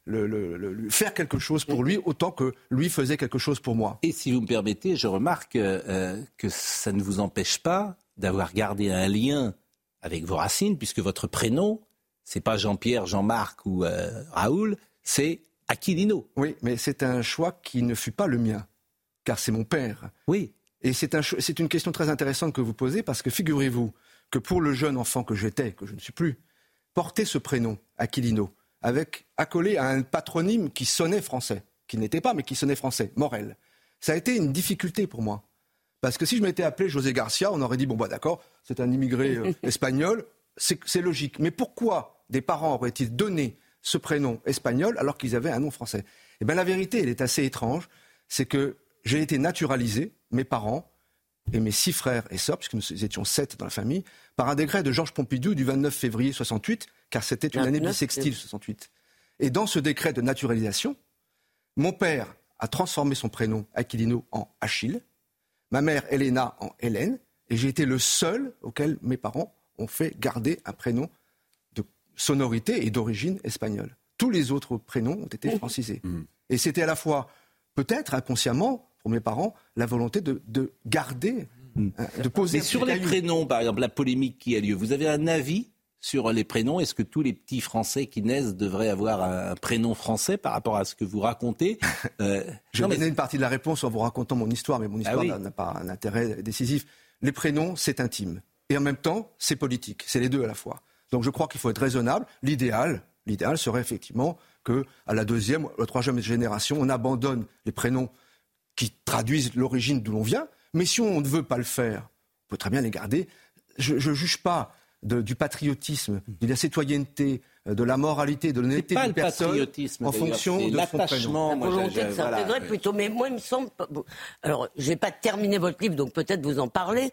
faire quelque chose pour lui autant que lui faisait quelque chose pour moi. Et si vous me permettez, je remarque que ça ne vous empêche pas d'avoir gardé un lien avec vos racines, puisque votre prénom, c'est pas Jean-Pierre, Jean-Marc ou Raoul, c'est Aquilino. Oui, mais c'est un choix qui ne fut pas le mien, car c'est mon père. Oui. Et c'est une question très intéressante que vous posez, parce que figurez-vous que pour le jeune enfant que j'étais, que je ne suis plus, porter ce prénom, Aquilino, accolé à un patronyme qui sonnait français, qui n'était pas, mais qui sonnait français, Morel, ça a été une difficulté pour moi. Parce que si je m'étais appelé José Garcia, on aurait dit, bon bah d'accord, c'est un immigré espagnol, c'est logique. Mais pourquoi des parents auraient-ils donné ce prénom espagnol alors qu'ils avaient un nom français ? Eh bien la vérité, elle est assez étrange, c'est que j'ai été naturalisé, mes parents et mes 6 frères et sœurs, puisque nous étions 7 dans la famille, par un décret de Georges Pompidou du 29 février 68, car c'était une année bissextile 68. Et dans ce décret de naturalisation, mon père a transformé son prénom Aquilino en Achille, ma mère Elena en Hélène, et j'ai été le seul auquel mes parents ont fait garder un prénom de sonorité et d'origine espagnole. Tous les autres prénoms ont été francisés. Et c'était à la fois, peut-être inconsciemment, pour mes parents, la volonté de garder, de poser... Mais sur les prénoms, par exemple, la polémique qui a lieu, vous avez un avis sur les prénoms ? Est-ce que tous les petits Français qui naissent devraient avoir un prénom français par rapport à ce que vous racontez ? Je vais donner une partie de la réponse en vous racontant mon histoire, mais mon histoire n'a pas un intérêt décisif. Les prénoms, c'est intime. Et en même temps, c'est politique. C'est les deux à la fois. Donc je crois qu'il faut être raisonnable. L'idéal serait effectivement qu'à la 2e ou la 3e génération, on abandonne les prénoms qui traduisent l'origine d'où l'on vient. Mais si on ne veut pas le faire, on peut très bien les garder. Je ne juge pas du patriotisme, de la citoyenneté, de la moralité, de l'honnêteté d'une personne en fonction de son prénom. La volonté de s'intégrer plutôt. Mais moi, il me semble... Alors, je ne vais pas terminer votre livre, donc peut-être vous en parler.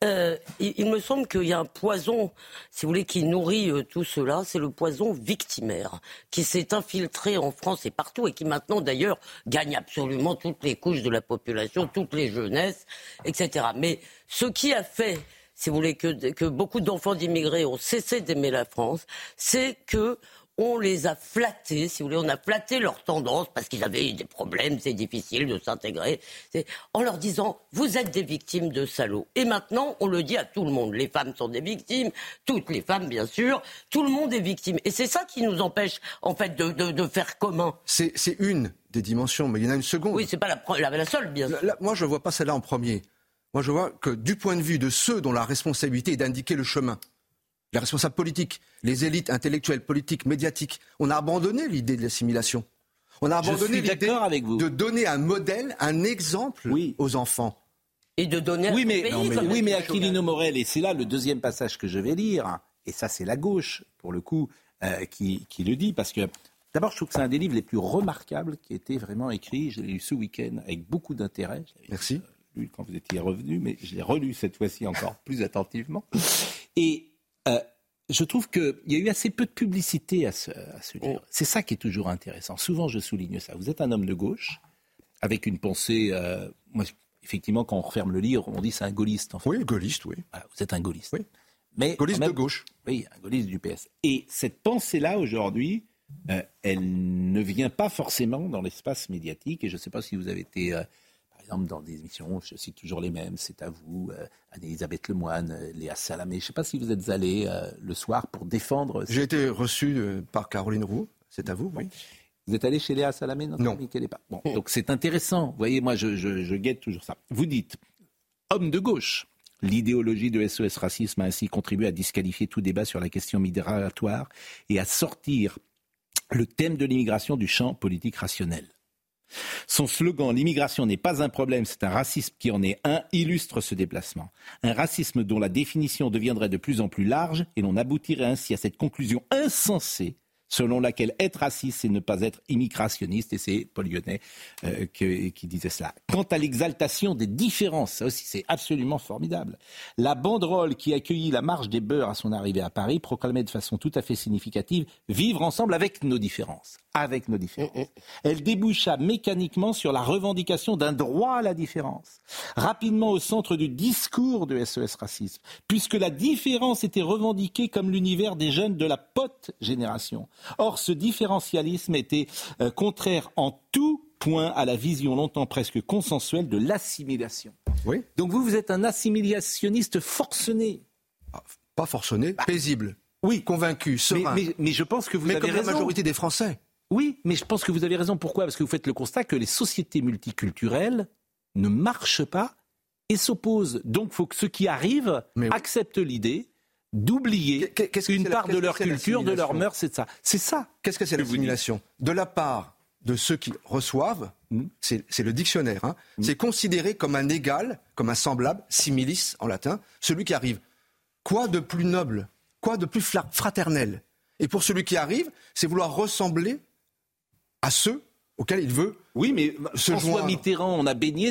Il me semble qu'il y a un poison, si vous voulez, qui nourrit tout cela. C'est le poison victimaire, qui s'est infiltré en France et partout, et qui maintenant, d'ailleurs, gagne absolument toutes les couches de la population, toutes les jeunesses, etc. Mais ce qui a fait... si vous voulez, que beaucoup d'enfants d'immigrés ont cessé d'aimer la France, c'est que on les a flattés, si vous voulez, on a flatté leurs tendances parce qu'ils avaient des problèmes, c'est difficile de s'intégrer, en leur disant « vous êtes des victimes de salauds ». Et maintenant, on le dit à tout le monde. Les femmes sont des victimes, toutes les femmes, bien sûr, tout le monde est victime. Et c'est ça qui nous empêche, en fait, de faire commun. C'est une des dimensions, mais il y en a une seconde. Oui, c'est pas la seule, bien sûr. Moi, je ne vois pas celle-là en premier. Moi, je vois que du point de vue de ceux dont la responsabilité est d'indiquer le chemin, les responsables politiques, les élites intellectuelles, politiques, médiatiques, on a abandonné l'idée de l'assimilation. On a abandonné l'idée de donner un modèle, un exemple aux enfants. Et de donner oui, mais Aquilino Morel, et c'est là le deuxième passage que je vais lire, et ça c'est la gauche, pour le coup, qui le dit, parce que d'abord je trouve que c'est un des livres les plus remarquables qui a été vraiment écrit, je l'ai lu ce week-end avec beaucoup d'intérêt. Merci. lu quand vous étiez revenu, mais je l'ai relu cette fois-ci encore plus attentivement. Et je trouve qu'il y a eu assez peu de publicité à ce livre. C'est ça qui est toujours intéressant. Souvent, je souligne ça. Vous êtes un homme de gauche, avec une pensée... moi, effectivement, quand on referme le livre, on dit c'est un gaulliste. En fait. Oui, gaulliste, oui. Voilà, vous êtes un gaulliste. Oui. Mais gaulliste de gauche. Oui, un gaulliste du PS. Et cette pensée-là, aujourd'hui, elle ne vient pas forcément dans l'espace médiatique. Et je ne sais pas si vous avez été, par exemple, dans des émissions, je cite toujours les mêmes, C'est à vous, Anne-Elisabeth Lemoine, Léa Salamé. Je ne sais pas si vous êtes allé le soir pour défendre... J'ai été reçu par Caroline Roux, C'est à vous, oui. Vous êtes allé chez Léa Salamé? Non. Bon, donc c'est intéressant. Vous voyez, moi, je guette toujours ça. Vous dites, homme de gauche, l'idéologie de SOS Racisme a ainsi contribué à disqualifier tout débat sur la question migratoire et à sortir le thème de l'immigration du champ politique rationnel. Son slogan « L'immigration n'est pas un problème, c'est un racisme qui en est un » illustre ce déplacement. Un racisme dont la définition deviendrait de plus en plus large et l'on aboutirait ainsi à cette conclusion insensée selon laquelle être raciste, c'est ne pas être immigrationniste, et c'est Paul Lyonnais qui disait cela. Quant à l'exaltation des différences, ça aussi c'est absolument formidable. La banderole qui accueillit la marche des beurs à son arrivée à Paris proclamait de façon tout à fait significative « Vivre ensemble avec nos différences ». Avec nos différences. Elle déboucha mécaniquement sur la revendication d'un droit à la différence. Rapidement au centre du discours de SOS Racisme, puisque la différence était revendiquée comme l'univers des jeunes de la pote génération. Or, ce différentialisme était contraire en tout point à la vision longtemps presque consensuelle de l'assimilation. Oui. Donc vous êtes un assimilationniste forcené. Pas forcené, paisible. Oui. Convaincu, serein. Mais je pense que vous avez raison. Mais comme la majorité des Français. Oui, mais je pense que vous avez raison. Pourquoi ? Parce que vous faites le constat que les sociétés multiculturelles ne marchent pas et s'opposent. Donc il faut que ceux qui arrivent acceptent l'idée d'oublier une part de leur culture, de leur mœurs, c'est ça. C'est ça. Qu'est-ce que c'est l'assimilation ? De la part de ceux qui reçoivent, c'est le dictionnaire, c'est considéré comme un égal, comme un semblable, similis en latin, celui qui arrive. Quoi de plus noble ? Quoi de plus fraternel ? Et pour celui qui arrive, c'est vouloir ressembler à ceux auxquels il veut oui, mais se François joindre. Mitterrand, on a baigné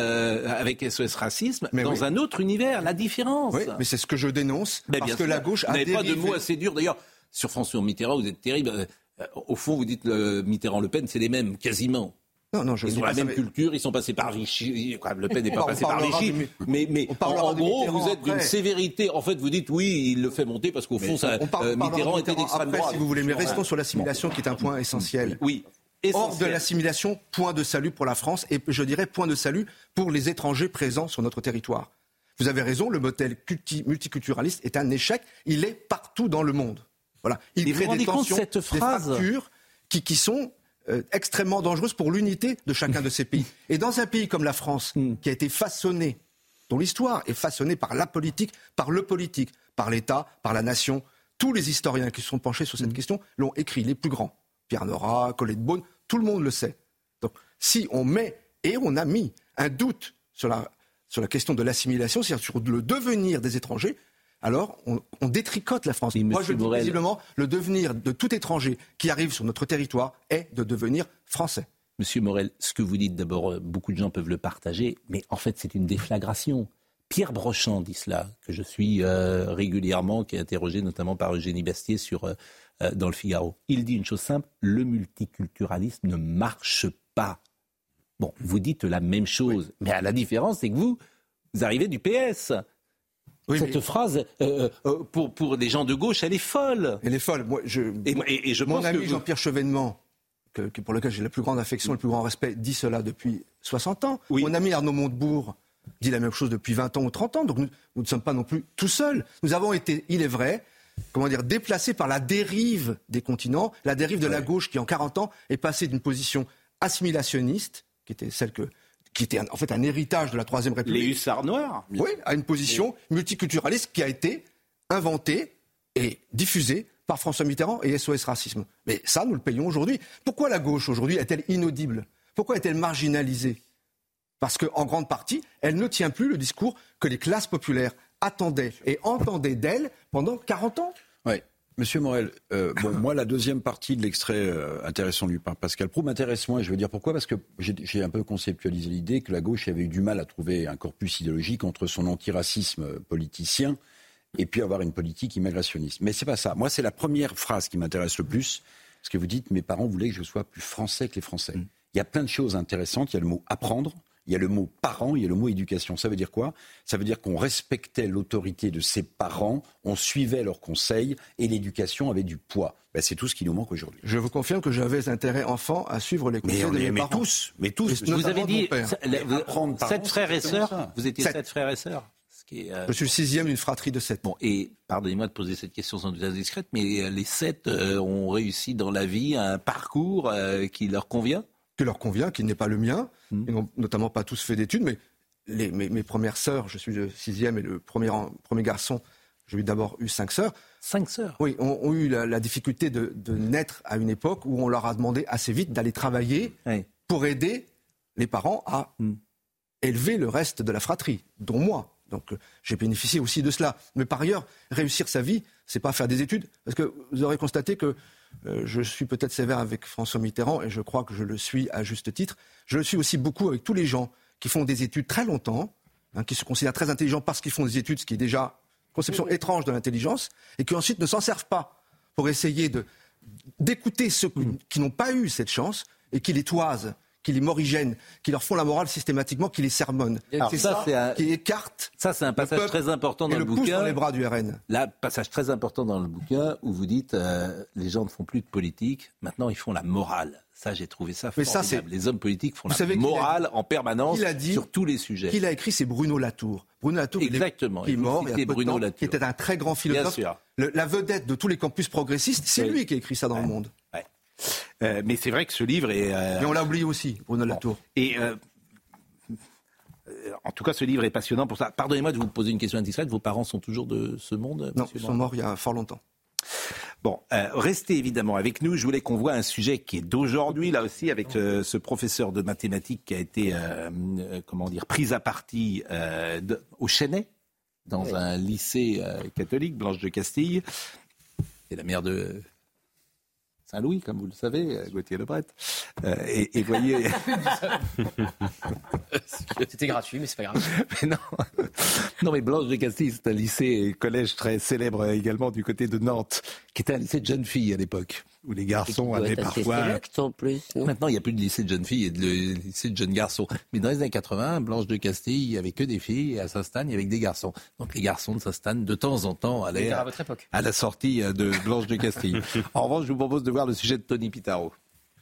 avec SOS Racisme dans un autre univers, la différence. Oui, mais c'est ce que je dénonce, parce que la gauche a dérivé. Vous n'avez pas de mots assez durs. D'ailleurs, sur François Mitterrand, vous êtes terrible. Au fond, vous dites Mitterrand-Le Pen, c'est les mêmes, quasiment. Non, ils ont la même culture, ils sont passés par Vichy. Le Pen n'est pas passé par Vichy. Mais en gros, vous êtes d'une sévérité. En fait, vous dites oui, il le fait monter parce qu'au fond, Mitterrand était d'extrême droite. Si vous voulez, mais restons sur l'assimilation qui est un point essentiel. Oui. Hors de l'assimilation, point de salut pour la France et je dirais point de salut pour les étrangers présents sur notre territoire. Vous avez raison, le modèle multiculturaliste est un échec. Il est partout dans le monde. Voilà. Il crée des tensions, des fractures qui sont extrêmement dangereuses pour l'unité de chacun de ces pays. Et dans un pays comme la France, qui a été façonné, dont l'histoire est façonnée par la politique, par le politique, par l'État, par la nation, tous les historiens qui se sont penchés sur cette question l'ont écrit, les plus grands. Pierre Nora, Colette Beaune, tout le monde le sait. Donc, si on met, et on a mis, un doute sur la question de l'assimilation, c'est-à-dire sur le devenir des étrangers, alors on détricote la France. Moi, je le dis visiblement, le devenir de tout étranger qui arrive sur notre territoire est de devenir français. Monsieur Morel, ce que vous dites, d'abord, beaucoup de gens peuvent le partager, mais en fait, c'est une déflagration. Pierre Brochand dit cela, que je suis régulièrement, qui est interrogé notamment par Eugénie Bastier dans le Figaro. Il dit une chose simple, le multiculturalisme ne marche pas. Bon, vous dites la même chose, mais la différence, c'est que vous arrivez du PS. Oui, cette phrase, pour des gens de gauche, elle est folle. Elle est folle. Moi, mon ami Jean-Pierre Chevènement, pour lequel j'ai la plus grande affection, le plus grand respect, dit cela depuis 60 ans. Oui. Mon ami Arnaud Montebourg dit la même chose depuis 20 ans ou 30 ans. Donc nous ne sommes pas non plus tout seuls. Nous avons été, il est vrai, déplacés par la dérive des continents, la dérive de la gauche qui, en 40 ans, est passée d'une position assimilationniste, qui était en fait un héritage de la Troisième République. Les hussards noirs. Oui, à une position multiculturaliste qui a été inventée et diffusée par François Mitterrand et SOS Racisme. Mais ça, nous le payons aujourd'hui. Pourquoi la gauche, aujourd'hui, est-elle inaudible ? Pourquoi est-elle marginalisée ? Parce qu'en grande partie, elle ne tient plus le discours que les classes populaires attendaient et entendaient d'elle pendant 40 ans. Oui. Monsieur Morel, moi, la deuxième partie de l'extrait intéressant lu par Pascal Praud m'intéresse moins. Je veux dire pourquoi ? Parce que j'ai un peu conceptualisé l'idée que la gauche avait eu du mal à trouver un corpus idéologique entre son antiracisme politicien et puis avoir une politique immigrationniste. Mais c'est pas ça. Moi, c'est la première phrase qui m'intéresse le plus. Parce que vous dites, mes parents voulaient que je sois plus français que les Français. Il y a plein de choses intéressantes. Il y a le mot apprendre. Il y a le mot parent, il y a le mot éducation. Ça veut dire quoi ? Ça veut dire qu'on respectait l'autorité de ses parents, on suivait leurs conseils et l'éducation avait du poids. C'est tout ce qui nous manque aujourd'hui. Je vous confirme que j'avais intérêt enfant à suivre les conseils de mes parents. Mais tous. Vous avez dit 7 frères et sœurs. Vous étiez 7 frères et sœurs. Je suis le 6e d'une fratrie de 7. Bon, et pardonnez-moi de poser cette question sans doute indiscrète, mais les 7 ont réussi dans la vie un parcours qui leur convient ? Qui leur convient, qui n'est pas le mien. Ils n'ont notamment pas tous fait d'études, mais mes premières sœurs, je suis le 6e et le premier garçon, j'ai d'abord eu 5 sœurs. 5 sœurs ? Oui, ont eu la difficulté de naître à une époque où on leur a demandé assez vite d'aller travailler pour aider les parents à élever le reste de la fratrie, dont moi. Donc j'ai bénéficié aussi de cela. Mais par ailleurs, réussir sa vie, c'est pas faire des études. Parce que vous aurez constaté que je suis peut-être sévère avec François Mitterrand, et je crois que je le suis à juste titre. Je le suis aussi beaucoup avec tous les gens qui font des études très longtemps, qui se considèrent très intelligents parce qu'ils font des études, ce qui est déjà une conception étrange de l'intelligence, et qui ensuite ne s'en servent pas pour essayer d'écouter ceux qui n'ont pas eu cette chance et qui les toisent, qui les morigènent, qui leur font la morale systématiquement, qui les sermonnent. C'est ça qui écarte. Ça, c'est un passage très important dans le bouquin. pousse dans les bras du RN. Là, passage très important dans le bouquin où vous dites les gens ne font plus de politique, maintenant ils font la morale. Ça, j'ai trouvé ça formidable. Les hommes politiques font la morale en permanence sur tous les sujets. Qui l'a écrit, c'est Bruno Latour. Bruno Latour, exactement. Qui est mort il y a peu de temps, qui était un très grand philosophe. Bien sûr. La vedette de tous les campus progressistes, c'est lui qui a écrit ça dans le monde. Ouais. Mais c'est vrai que ce livre est... Mais on l'a oublié aussi, Bruno Latour. Et en tout cas, ce livre est passionnant pour ça. Pardonnez-moi de vous poser une question indiscrète. Vos parents sont toujours de ce monde ? Non, ils sont morts il y a fort longtemps. Bon, restez évidemment avec nous. Je voulais qu'on voit un sujet qui est d'aujourd'hui, là aussi, avec ce professeur de mathématiques qui a été, pris à partie au Chesnay, dans un lycée catholique, Blanche de Castille. C'est la mère de Saint-Louis, comme vous le savez, Gauthier Lebret. Et voyez... C'était gratuit, mais c'est pas grave. Mais non, mais Blanche de Castille, c'est un lycée et collège très célèbre également du côté de Nantes, qui était un lycée de jeunes filles à l'époque, où les garçons avaient parfois... En plus, maintenant, il n'y a plus de lycée de jeunes filles et de lycée de jeunes garçons. Mais dans les années 80, Blanche de Castille, il n'y avait que des filles, et à Saint-Stagne, il y avait que des garçons. Donc les garçons de Saint-Stagne, de temps en temps, allaient à la sortie de Blanche de Castille. En revanche, je vous propose de voir le sujet de Tony Pitaro.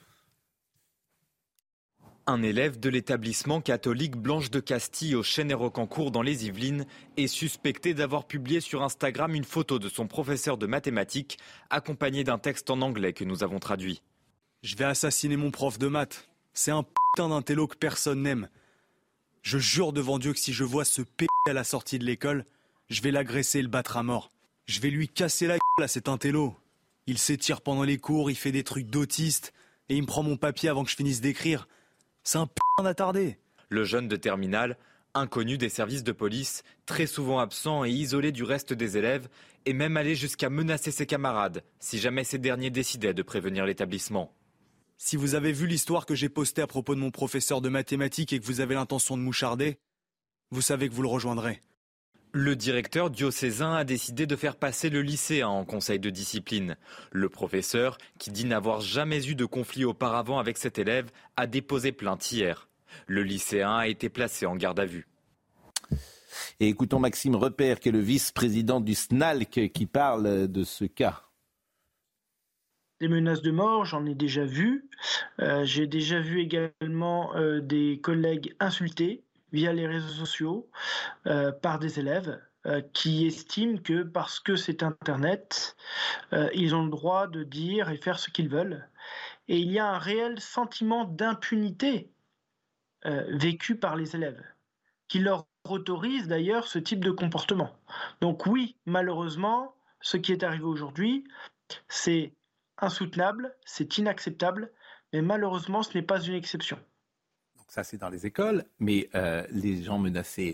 Un élève de l'établissement catholique Blanche de Castille au Chesnay-Rocancourt dans les Yvelines est suspecté d'avoir publié sur Instagram une photo de son professeur de mathématiques accompagné d'un texte en anglais que nous avons traduit. Je vais assassiner mon prof de maths. C'est un putain d'intello que personne n'aime. Je jure devant Dieu que si je vois ce p*** à la sortie de l'école, je vais l'agresser et le battre à mort. Je vais lui casser la gueule à cet intello. Il s'étire pendant les cours, il fait des trucs d'autiste et il me prend mon papier avant que je finisse d'écrire. C'est un putain d'attardé. Le jeune de terminale, inconnu des services de police, très souvent absent et isolé du reste des élèves, est même allé jusqu'à menacer ses camarades si jamais ces derniers décidaient de prévenir l'établissement. Si vous avez vu l'histoire que j'ai postée à propos de mon professeur de mathématiques et que vous avez l'intention de moucharder, vous savez que vous le rejoindrez. Le directeur diocésain a décidé de faire passer le lycéen en conseil de discipline. Le professeur, qui dit n'avoir jamais eu de conflit auparavant avec cet élève, a déposé plainte hier. Le lycéen a été placé en garde à vue. Et écoutons Maxime Repère, qui est le vice-président du SNALC, qui parle de ce cas. Des menaces de mort, j'en ai déjà vu. J'ai déjà vu également des collègues insultés via les réseaux sociaux par des élèves qui estiment que parce que c'est Internet, ils ont le droit de dire et faire ce qu'ils veulent. Et il y a un réel sentiment d'impunité vécu par les élèves, qui leur autorise d'ailleurs ce type de comportement. Donc oui, malheureusement, ce qui est arrivé aujourd'hui, c'est insoutenable, c'est inacceptable, mais malheureusement, ce n'est pas une exception. Ça, c'est dans les écoles, mais les gens menacés,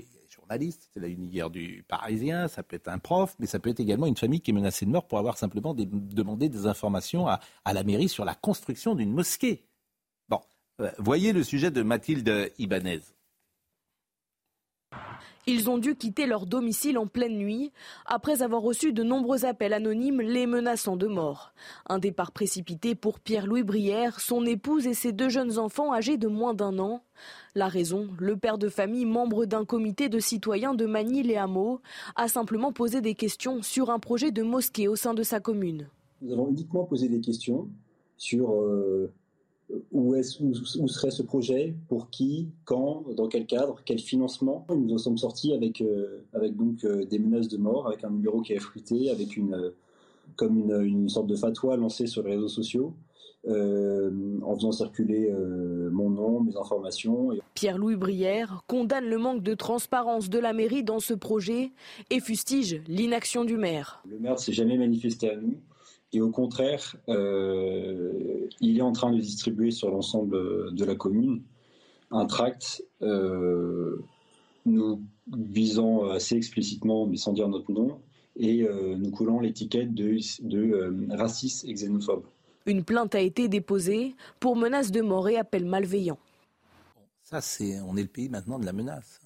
journaliste, c'est la une hier du Parisien, ça peut être un prof, mais ça peut être également une famille qui est menacée de mort pour avoir simplement demandé des informations à la mairie sur la construction d'une mosquée. Bon, voyez le sujet de Mathilde Ibanez. Ils ont dû quitter leur domicile en pleine nuit après avoir reçu de nombreux appels anonymes les menaçant de mort. Un départ précipité pour Pierre-Louis Brière, son épouse et ses 2 jeunes enfants âgés de moins d'1 an. La raison, le père de famille, membre d'un comité de citoyens de Magny-les-Hameaux, a simplement posé des questions sur un projet de mosquée au sein de sa commune. Nous avons uniquement posé des questions sur où serait ce projet, pour qui, quand, dans quel cadre, quel financement. Nous en sommes sortis avec donc des menaces de mort, avec un numéro qui a fuité, avec une sorte de fatwa lancée sur les réseaux sociaux, en faisant circuler mon nom, mes informations. Pierre-Louis Brière condamne le manque de transparence de la mairie dans ce projet et fustige l'inaction du maire. Le maire ne s'est jamais manifesté à nous. Et au contraire, il est en train de distribuer sur l'ensemble de la commune un tract nous visant assez explicitement, mais sans dire notre nom, et nous collant l'étiquette de raciste et xénophobe. Une plainte a été déposée pour menace de mort et appel malveillant. Ça, on est le pays maintenant de la menace.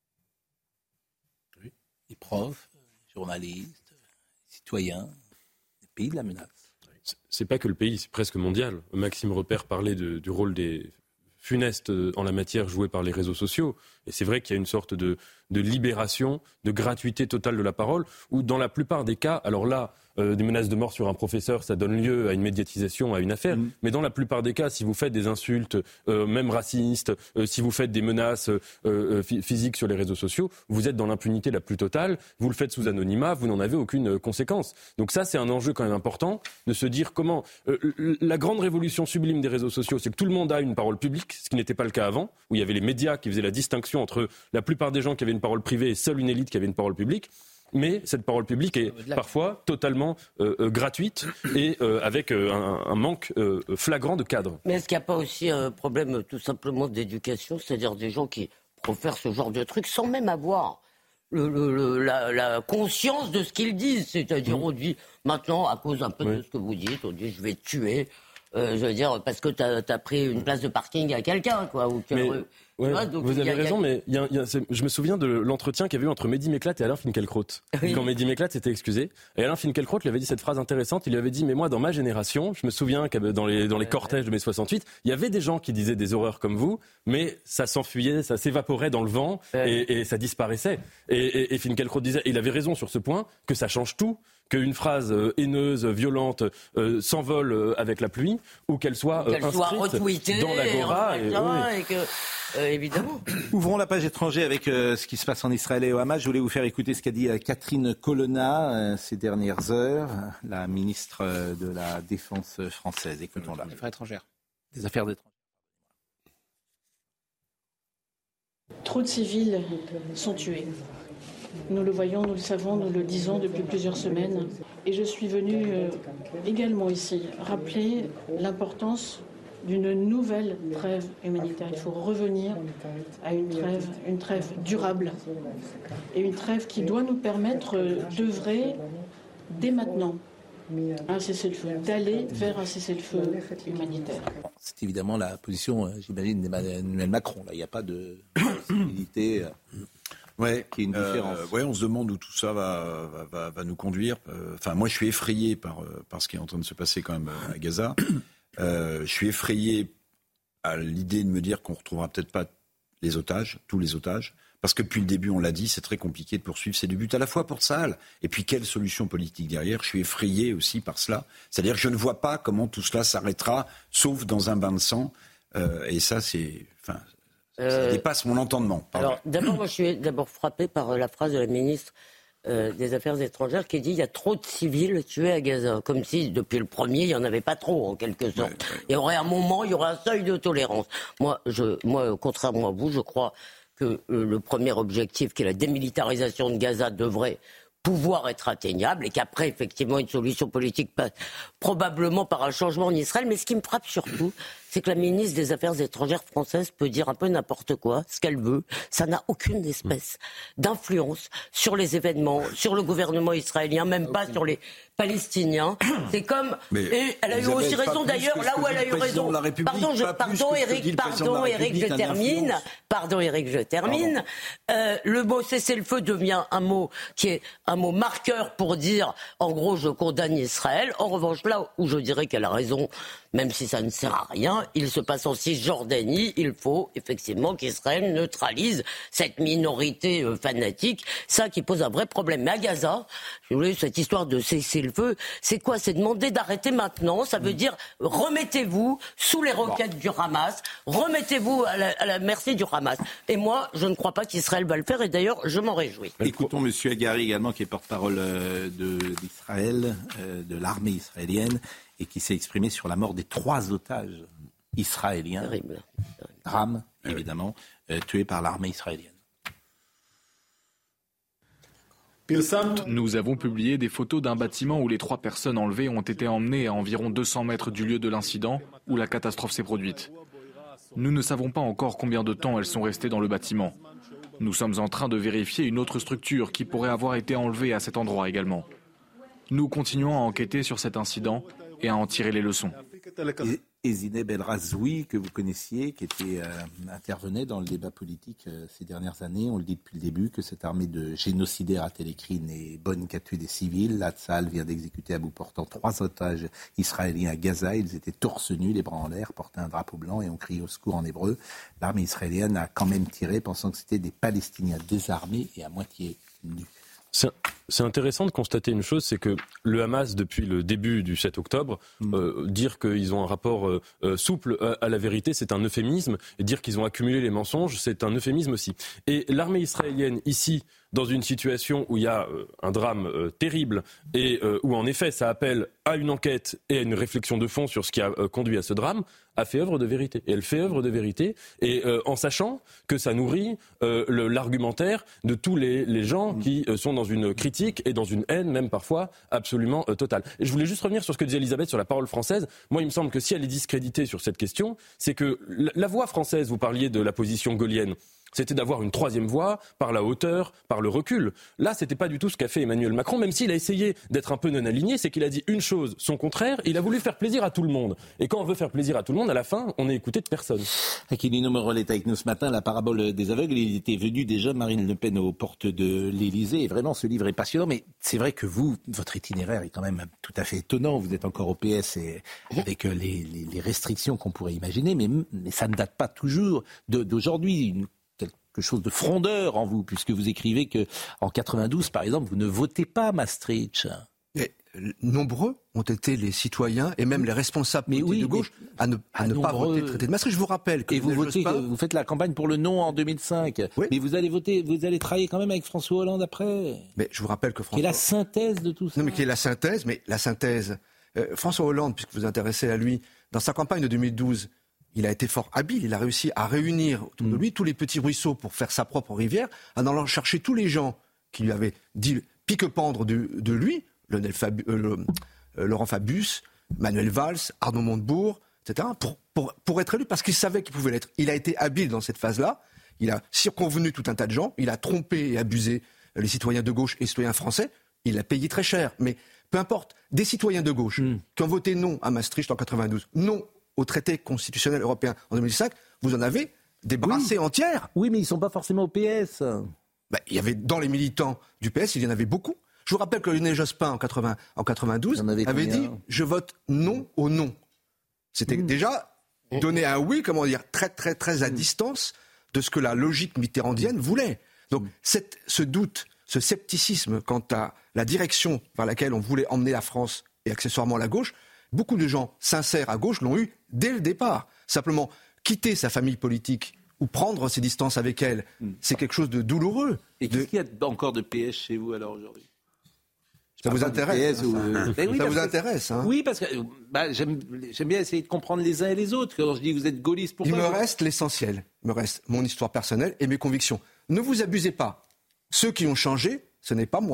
Oui. Les profs, les journalistes, les citoyens. De la menace. C'est pas que le pays, c'est presque mondial. Maxime Repère parlait du rôle des funestes en la matière joué par les réseaux sociaux. Et c'est vrai qu'il y a une sorte de libération, de gratuité totale de la parole, où dans la plupart des cas, alors là, des menaces de mort sur un professeur, ça donne lieu à une médiatisation, à une affaire. Mais dans la plupart des cas, si vous faites des insultes, même racistes, si vous faites des menaces physiques sur les réseaux sociaux, vous êtes dans l'impunité la plus totale. Vous le faites sous anonymat, vous n'en avez aucune conséquence. Donc ça, c'est un enjeu quand même important, de se dire comment... la grande révolution sublime des réseaux sociaux, c'est que tout le monde a une parole publique, ce qui n'était pas le cas avant, où il y avait les médias qui faisaient la distinction entre la plupart des gens qui avaient une parole privée et seule une élite qui avait une parole publique. Mais cette parole publique est parfois totalement gratuite et avec un manque flagrant de cadre. Mais est-ce qu'il n'y a pas aussi un problème tout simplement d'éducation, c'est-à-dire des gens qui profèrent ce genre de trucs sans même avoir la conscience de ce qu'ils disent, c'est-à-dire on dit maintenant, à cause un peu de ce que vous dites, on dit je vais te tuer, je veux dire parce que t'as pris une place de parking à quelqu'un, quoi. Ou que, ouais, vous avez raison, mais je me souviens de l'entretien qu'il y avait eu entre Mehdi Méclat et Alain Finkielkraut. Oui. Quand Mehdi Méclat s'était excusé, et Alain Finkielkraut lui avait dit cette phrase intéressante, il lui avait dit, mais moi dans ma génération, je me souviens que dans les cortèges de mai 68, il y avait des gens qui disaient des horreurs comme vous, mais ça s'enfuyait, ça s'évaporait dans le vent, et ça disparaissait. Et Finkielkraut disait, et il avait raison sur ce point, que ça change tout, qu'une phrase haineuse, violente, s'envole avec la pluie, ou qu'elle soit inscrite dans l'agora. Et que... évidemment. Ouvrons la page étranger avec ce qui se passe en Israël et au Hamas. Je voulais vous faire écouter ce qu'a dit Catherine Colonna ces dernières heures, la ministre de la Défense française. Écoutons-la. Des Affaires étrangères. Des Affaires étrangères. Trop de civils sont tués. Nous le voyons, nous le savons, nous le disons depuis plusieurs semaines. Et je suis venue également ici rappeler l'importance d'une nouvelle trêve humanitaire. Il faut revenir à une trêve durable et une trêve qui doit nous permettre d'œuvrer dès maintenant à un cessez-le-feu, d'aller vers un cessez-le-feu humanitaire. C'est évidemment la position, j'imagine, d'Emmanuel Macron. Là, il n'y a pas de possibilité qu'il y ait une différence. On se demande où tout ça va nous conduire. Enfin, moi, je suis effrayé par ce qui est en train de se passer quand même à Gaza. Je suis effrayé à l'idée de me dire qu'on ne retrouvera peut-être pas les otages, tous les otages, parce que depuis le début, on l'a dit, c'est très compliqué de poursuivre ces deux buts, à la fois pour Tsahal, et puis quelle solution politique derrière. Je suis effrayé aussi par cela. C'est-à-dire que je ne vois pas comment tout cela s'arrêtera, sauf dans un bain de sang. Et ça, ça dépasse mon entendement. Pardon. Alors, d'abord, moi, je suis frappé par la phrase de la ministre des Affaires étrangères qui dit il y a trop de civils tués à Gaza. Comme si, depuis le premier, il n'y en avait pas trop, en quelque sorte. Il y aurait un moment, il y aurait un seuil de tolérance. Moi, contrairement à vous, je crois que le premier objectif, qui est la démilitarisation de Gaza, devrait pouvoir être atteignable et qu'après, effectivement, une solution politique passe probablement par un changement en Israël. Mais ce qui me frappe surtout, c'est que la ministre des Affaires étrangères française peut dire un peu n'importe quoi, ce qu'elle veut. Ça n'a aucune espèce d'influence sur les événements, sur le gouvernement israélien, même pas sur les Palestiniens. C'est comme... et elle a eu aussi raison d'ailleurs, là où elle a eu raison. Pardon Eric, je termine. Le mot cessez-le-feu devient un mot qui est un mot marqueur pour dire, en gros, je condamne Israël. En revanche, là où je dirais qu'elle a raison, même si ça ne sert à rien, il se passe en Cisjordanie, il faut effectivement qu'Israël neutralise cette minorité fanatique, ça qui pose un vrai problème. Mais à Gaza, si vous voulez, cette histoire de cesser le feu, c'est quoi ? C'est demander d'arrêter maintenant, ça veut dire remettez-vous sous les roquettes du Hamas, remettez-vous à la merci du Hamas. Et moi, je ne crois pas qu'Israël va le faire, et d'ailleurs, je m'en réjouis. Écoutons M. Agari également, qui est porte-parole d'Israël, de l'armée israélienne, et qui s'est exprimé sur la mort des 3 otages israéliens. Terrible. Drame, évidemment, tués par l'armée israélienne. Nous avons publié des photos d'un bâtiment où les 3 personnes enlevées ont été emmenées à environ 200 mètres du lieu de l'incident où la catastrophe s'est produite. Nous ne savons pas encore combien de temps elles sont restées dans le bâtiment. Nous sommes en train de vérifier une autre structure qui pourrait avoir été enlevée à cet endroit également. Nous continuons à enquêter sur cet incident et à en tirer les leçons. Et Zineb El Razoui, que vous connaissiez, qui intervenait dans le débat politique ces dernières années, on le dit depuis le début, que cette armée de génocidaires à Télécrit n'est bonne qu'à tuer des civils. La Tzahal vient d'exécuter à bout portant 3 otages israéliens à Gaza. Ils étaient torse nus, les bras en l'air, portaient un drapeau blanc et ont crié au secours en hébreu. L'armée israélienne a quand même tiré, pensant que c'était des Palestiniens désarmés et à moitié nus. C'est intéressant de constater une chose, c'est que le Hamas, depuis le début du 7 octobre, dire qu'ils ont un rapport souple à la vérité, c'est un euphémisme. Et dire qu'ils ont accumulé les mensonges, c'est un euphémisme aussi. Et l'armée israélienne, ici, dans une situation où il y a un drame terrible et où, en effet, ça appelle à une enquête et à une réflexion de fond sur ce qui a conduit à ce drame, a fait œuvre de vérité. Et elle fait œuvre de vérité, et en sachant que ça nourrit l'argumentaire de tous les gens qui sont dans une critique et dans une haine, même parfois, absolument totale. Et je voulais juste revenir sur ce que disait Elisabeth sur la parole française. Moi, il me semble que si elle est discréditée sur cette question, c'est que la voix française, vous parliez de la position gaullienne, c'était d'avoir une 3e voie par la hauteur, par le recul. Là, c'était pas du tout ce qu'a fait Emmanuel Macron, même s'il a essayé d'être un peu non aligné, c'est qu'il a dit une chose, son contraire, il a voulu faire plaisir à tout le monde. Et quand on veut faire plaisir à tout le monde, à la fin, on n'est écouté de personne. Aquilino Morel est avec nous ce matin, la parabole des aveugles. Il était venu déjà, Marine Le Pen, aux portes de l'Élysée. Et vraiment, ce livre est passionnant. Mais c'est vrai que vous, votre itinéraire est quand même tout à fait étonnant. Vous êtes encore au PS et avec les restrictions qu'on pourrait imaginer. Mais ça ne date pas toujours d'aujourd'hui. Quelque chose de frondeur en vous, puisque vous écrivez que en 92, par exemple, vous ne votez pas Maastricht. Et nombreux ont été les citoyens et même les responsables politiques de gauche à ne pas voter le traité de Maastricht. Je vous rappelle que vous faites la campagne pour le non en 2005, mais vous allez travailler quand même avec François Hollande après. Mais je vous rappelle que François... Qui est la synthèse de tout ça. Non, mais qui est la synthèse. François Hollande, puisque vous vous intéressez à lui, dans sa campagne de 2012, il a été fort habile, il a réussi à réunir autour de lui tous les petits ruisseaux pour faire sa propre rivière, en allant chercher tous les gens qui lui avaient dit pique-pendre de lui, Laurent Fabius, Manuel Valls, Arnaud Montebourg, etc., pour être élu, parce qu'il savait qu'il pouvait l'être. Il a été habile dans cette phase-là, il a circonvenu tout un tas de gens, il a trompé et abusé les citoyens de gauche et les citoyens français, il a payé très cher. Mais peu importe, des citoyens de gauche qui ont voté non à Maastricht en 92, non au traité constitutionnel européen en 2005, vous en avez des brassées entières. Oui, mais ils ne sont pas forcément au PS. Il y avait dans les militants du PS, il y en avait beaucoup. Je vous rappelle que Lionel Jospin, en 92, avait dit « je vote non au non ». C'était déjà donner un oui, très, très, très à distance de ce que la logique mitterrandienne voulait. Donc ce doute, ce scepticisme quant à la direction vers laquelle on voulait emmener la France et accessoirement la gauche, beaucoup de gens sincères à gauche l'ont eu dès le départ. Simplement, quitter sa famille politique ou prendre ses distances avec elle, c'est quelque chose de douloureux. Et qu'est-ce qu'il y a encore de PS chez vous alors aujourd'hui ? Ça vous intéresse Ça vous intéresse Oui, parce que j'aime bien essayer de comprendre les uns et les autres. Quand je dis que vous êtes gaulliste, pourquoi Il me reste l'essentiel. Il me reste mon histoire personnelle et mes convictions. Ne vous abusez pas. Ceux qui ont changé, ce n'est pas moi.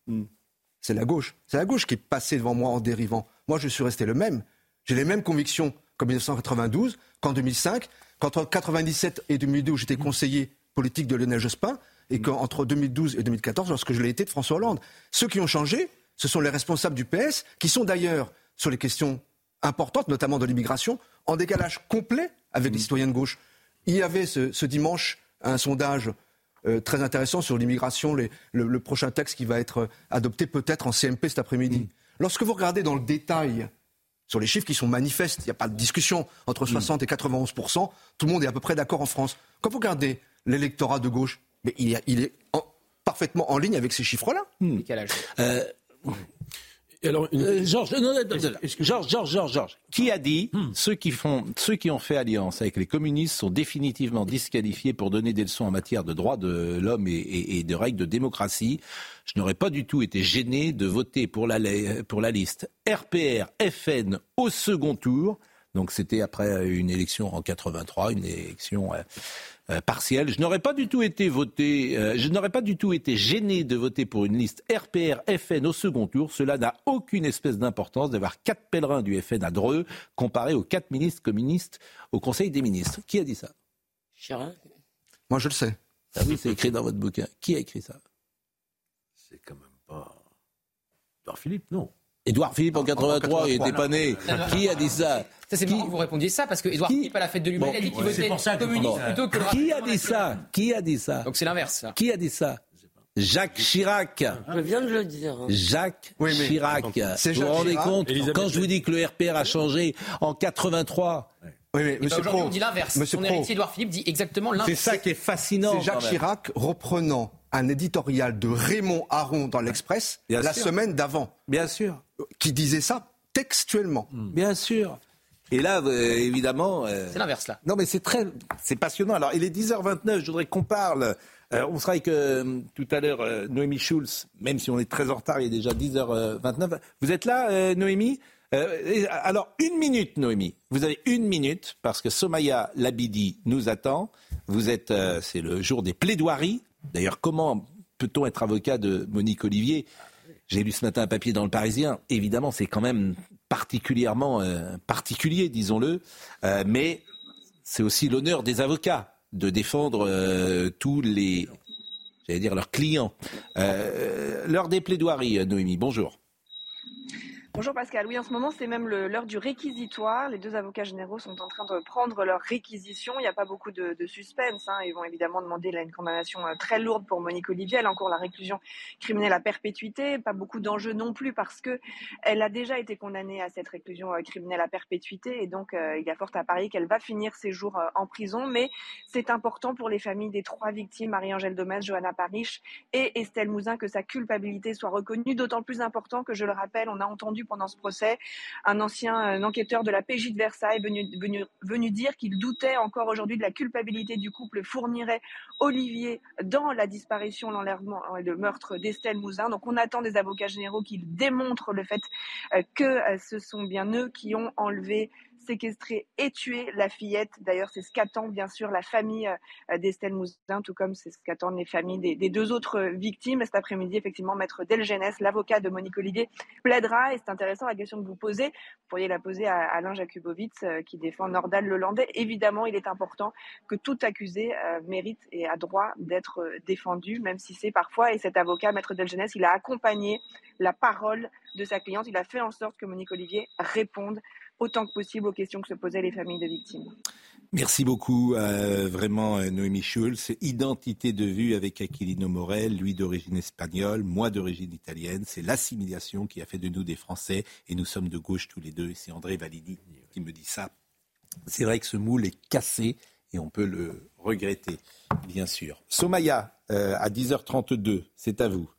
C'est la gauche. C'est la gauche qui est passée devant moi en dérivant. Moi, je suis resté le même. J'ai les mêmes convictions qu'en 1992, qu'en 2005, qu'entre 1997 et 2002, où j'étais conseiller politique de Lionel Jospin, et qu'entre 2012 et 2014, lorsque je l'ai été de François Hollande. Ceux qui ont changé, ce sont les responsables du PS, qui sont d'ailleurs, sur les questions importantes, notamment de l'immigration, en décalage complet avec les citoyens de gauche. Il y avait ce dimanche un sondage très intéressant sur l'immigration, le prochain texte qui va être adopté peut-être en CMP cet après-midi. Lorsque vous regardez dans le détail sur les chiffres qui sont manifestes, il n'y a pas de discussion, entre 60 et 91%, tout le monde est à peu près d'accord en France. Quand vous regardez l'électorat de gauche, mais il est parfaitement en ligne avec ces chiffres-là. Décalage. Alors, Georges, qui a dit ceux qui ont fait alliance avec les communistes sont définitivement disqualifiés pour donner des leçons en matière de droits de l'homme et de règles de démocratie. Je n'aurais pas du tout été gêné de voter pour la liste RPR-FN au second tour. Donc c'était après une élection en 83, une élection partielle. Je n'aurais pas du tout été gêné de voter pour une liste RPR-FN au second tour. Cela n'a aucune espèce d'importance d'avoir 4 pèlerins du FN à Dreux comparé aux 4 ministres communistes au Conseil des ministres. Qui a dit ça ? Chirac. Moi, je le sais. Ah oui, c'est écrit dans votre bouquin. Qui a écrit ça ? C'est quand même pas... Édouard Philippe, non. Édouard Philippe en 83, il n'était pas né. Qui a dit ça ? Ça, c'est marrant que vous répondiez ça, parce que Édouard Philippe, à la fête de l'Humanité, a dit qu'il votait communiste plutôt que le Qui a dit ça ? Donc c'est l'inverse, ça. Qui a dit ça ? Jacques Chirac. Je viens de le dire. Jacques Chirac. C'est vous vous rendez compte, quand je vous dis que le RPR a changé en 83... Oui, mais Monsieur Pro, on dit l'inverse. Son héritier Édouard Philippe dit exactement l'inverse. C'est ça qui est fascinant. C'est Jacques Chirac reprenant un éditorial de Raymond Aron dans l'Express semaine d'avant. Bien sûr. Qui disait ça textuellement. Bien sûr. Et là, évidemment... c'est l'inverse, là. Non, mais c'est passionnant. Alors, il est 10h29, je voudrais qu'on parle... on sera avec, tout à l'heure, Noémie Schulz, même si on est très en retard, il est déjà 10h29. Vous êtes là, Noémie ? Alors, 1 minute, Noémie. Vous avez 1 minute, parce que Somaya Labidi nous attend. Vous êtes... c'est le jour des plaidoiries. D'ailleurs, comment peut-on être avocat de Monique Olivier ? J'ai lu ce matin un papier dans Le Parisien. Évidemment, c'est quand même particulièrement particulier, disons-le. Mais c'est aussi l'honneur des avocats de défendre tous les... j'allais dire leurs clients. L'heure des plaidoiries, Noémie. Bonjour. Bonjour Pascal. Oui, en ce moment, c'est même l'heure du réquisitoire. Les 2 avocats généraux sont en train de prendre leur réquisition. Il n'y a pas beaucoup de suspense. Ils vont évidemment demander une condamnation très lourde pour Monique Olivier. Elle a encore la réclusion criminelle à perpétuité. Pas beaucoup d'enjeux non plus parce que elle a déjà été condamnée à cette réclusion criminelle à perpétuité. Et donc, il y a fort à parier qu'elle va finir ses jours en prison. Mais c'est important pour les familles des 3 victimes, Marie-Angèle Domez, Johanna Parish et Estelle Mouzin, que sa culpabilité soit reconnue. D'autant plus important que, je le rappelle, on a entendu pendant ce procès un ancien enquêteur de la PJ de Versailles venu dire qu'il doutait encore aujourd'hui de la culpabilité du couple Fourniret-Olivier dans la disparition, l'enlèvement et le meurtre d'Estelle Mouzin. Donc on attend des avocats généraux qu'ils démontrent le fait que ce sont bien eux qui ont enlevé, séquestré et tué la fillette. D'ailleurs, c'est ce qu'attend bien sûr la famille d'Estelle Mouzin, tout comme c'est ce qu'attendent les familles des 2 autres victimes. Cet après-midi, effectivement, Maître Delgenès, l'avocat de Monique Olivier, plaidera. Et c'est intéressant la question que vous posez. Vous pourriez la poser à Alain Jakubowicz qui défend Nordal Lelandais. Évidemment, il est important que tout accusé mérite et a droit d'être défendu, même si c'est parfois, et cet avocat, Maître Delgenès, il a accompagné la parole de sa cliente. Il a fait en sorte que Monique Olivier réponde autant que possible aux questions que se posaient les familles de victimes. Merci beaucoup, vraiment, Noémie Schulz. Identité de vue avec Aquilino Morel, lui d'origine espagnole, moi d'origine italienne. C'est l'assimilation qui a fait de nous des Français et nous sommes de gauche tous les deux. Et c'est André Validi qui me dit ça. C'est vrai que ce moule est cassé et on peut le regretter, bien sûr. Somaya, à 10h32, c'est à vous.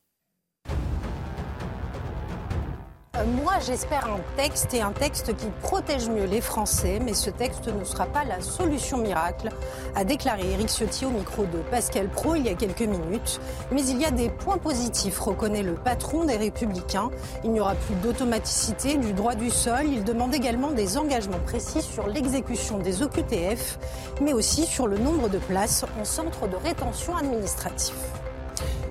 Moi, j'espère un texte qui protège mieux les Français, mais ce texte ne sera pas la solution miracle, a déclaré Éric Ciotti au micro de Pascal Praud il y a quelques minutes. Mais il y a des points positifs, reconnaît le patron des Républicains. Il n'y aura plus d'automaticité du droit du sol. Il demande également des engagements précis sur l'exécution des OQTF, mais aussi sur le nombre de places en centre de rétention administratif.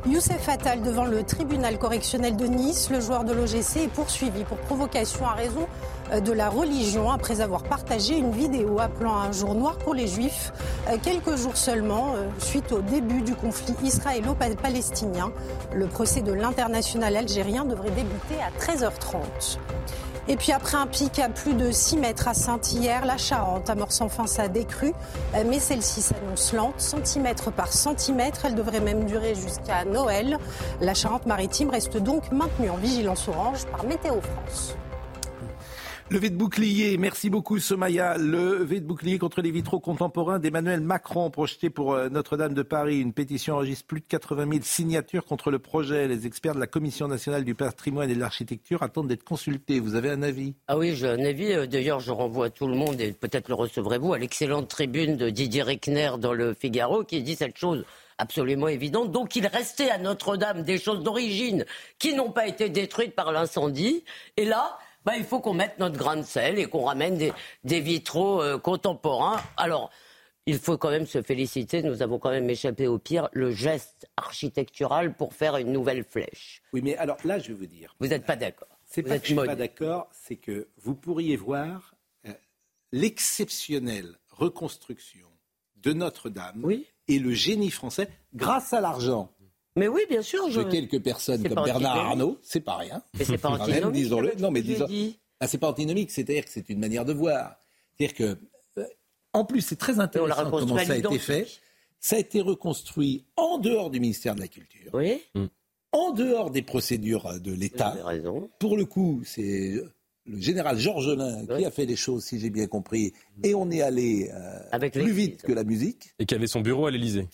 Youssef Attal devant le tribunal correctionnel de Nice. Le joueur de l'OGC est poursuivi pour provocation à raison de la religion après avoir partagé une vidéo appelant à un jour noir pour les Juifs. Quelques jours seulement, suite au début du conflit israélo-palestinien. Le procès de l'international algérien devrait débuter à 13h30. Et puis après un pic à plus de 6 mètres à Saint-Hilaire, la Charente amorce enfin sa décrue, mais celle-ci s'annonce lente, centimètre par centimètre. Elle devrait même durer jusqu'à Noël. La Charente-Maritime reste donc maintenue en vigilance orange par Météo France. Levée de bouclier, merci beaucoup Somaya. Levée de bouclier contre les vitraux contemporains d'Emmanuel Macron, projeté pour Notre-Dame de Paris. Une pétition enregistre plus de 80 000 signatures contre le projet. Les experts de la Commission nationale du patrimoine et de l'architecture attendent d'être consultés. Vous avez un avis ? Ah oui, j'ai un avis. D'ailleurs, je renvoie tout le monde, et peut-être le recevrez-vous, à l'excellente tribune de Didier Reckner dans le Figaro, qui dit cette chose absolument évidente. Donc, il restait à Notre-Dame des choses d'origine qui n'ont pas été détruites par l'incendie. Et là... il faut qu'on mette notre grain de sel et qu'on ramène des vitraux contemporains. Alors, il faut quand même se féliciter, nous avons quand même échappé au pire, le geste architectural pour faire une nouvelle flèche. Oui, mais alors là, je veux vous dire... Vous n'êtes pas d'accord. C'est pas que je ne suis pas d'accord, c'est que vous pourriez voir l'exceptionnelle reconstruction de Notre-Dame et le génie français grâce à l'argent. Mais oui, bien sûr. De quelques personnes comme Bernard Arnault, c'est pas rien. Mais c'est pas antinomique. Disons-le. Non, mais c'est pas antinomique, c'est-à-dire que c'est une manière de voir. C'est-à-dire que, en plus, c'est très intéressant comment ça a été fait. Ça a été reconstruit en dehors du ministère de la Culture. Oui. En dehors des procédures de l'État. Vous avez raison. Pour le coup, c'est le général Georgelin qui a fait les choses, si j'ai bien compris. Et on est allé plus vite que la musique. Et qui avait son bureau à l'Élysée.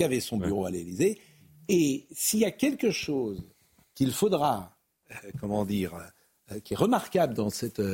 Et s'il y a quelque chose qu'il faudra, qui est remarquable dans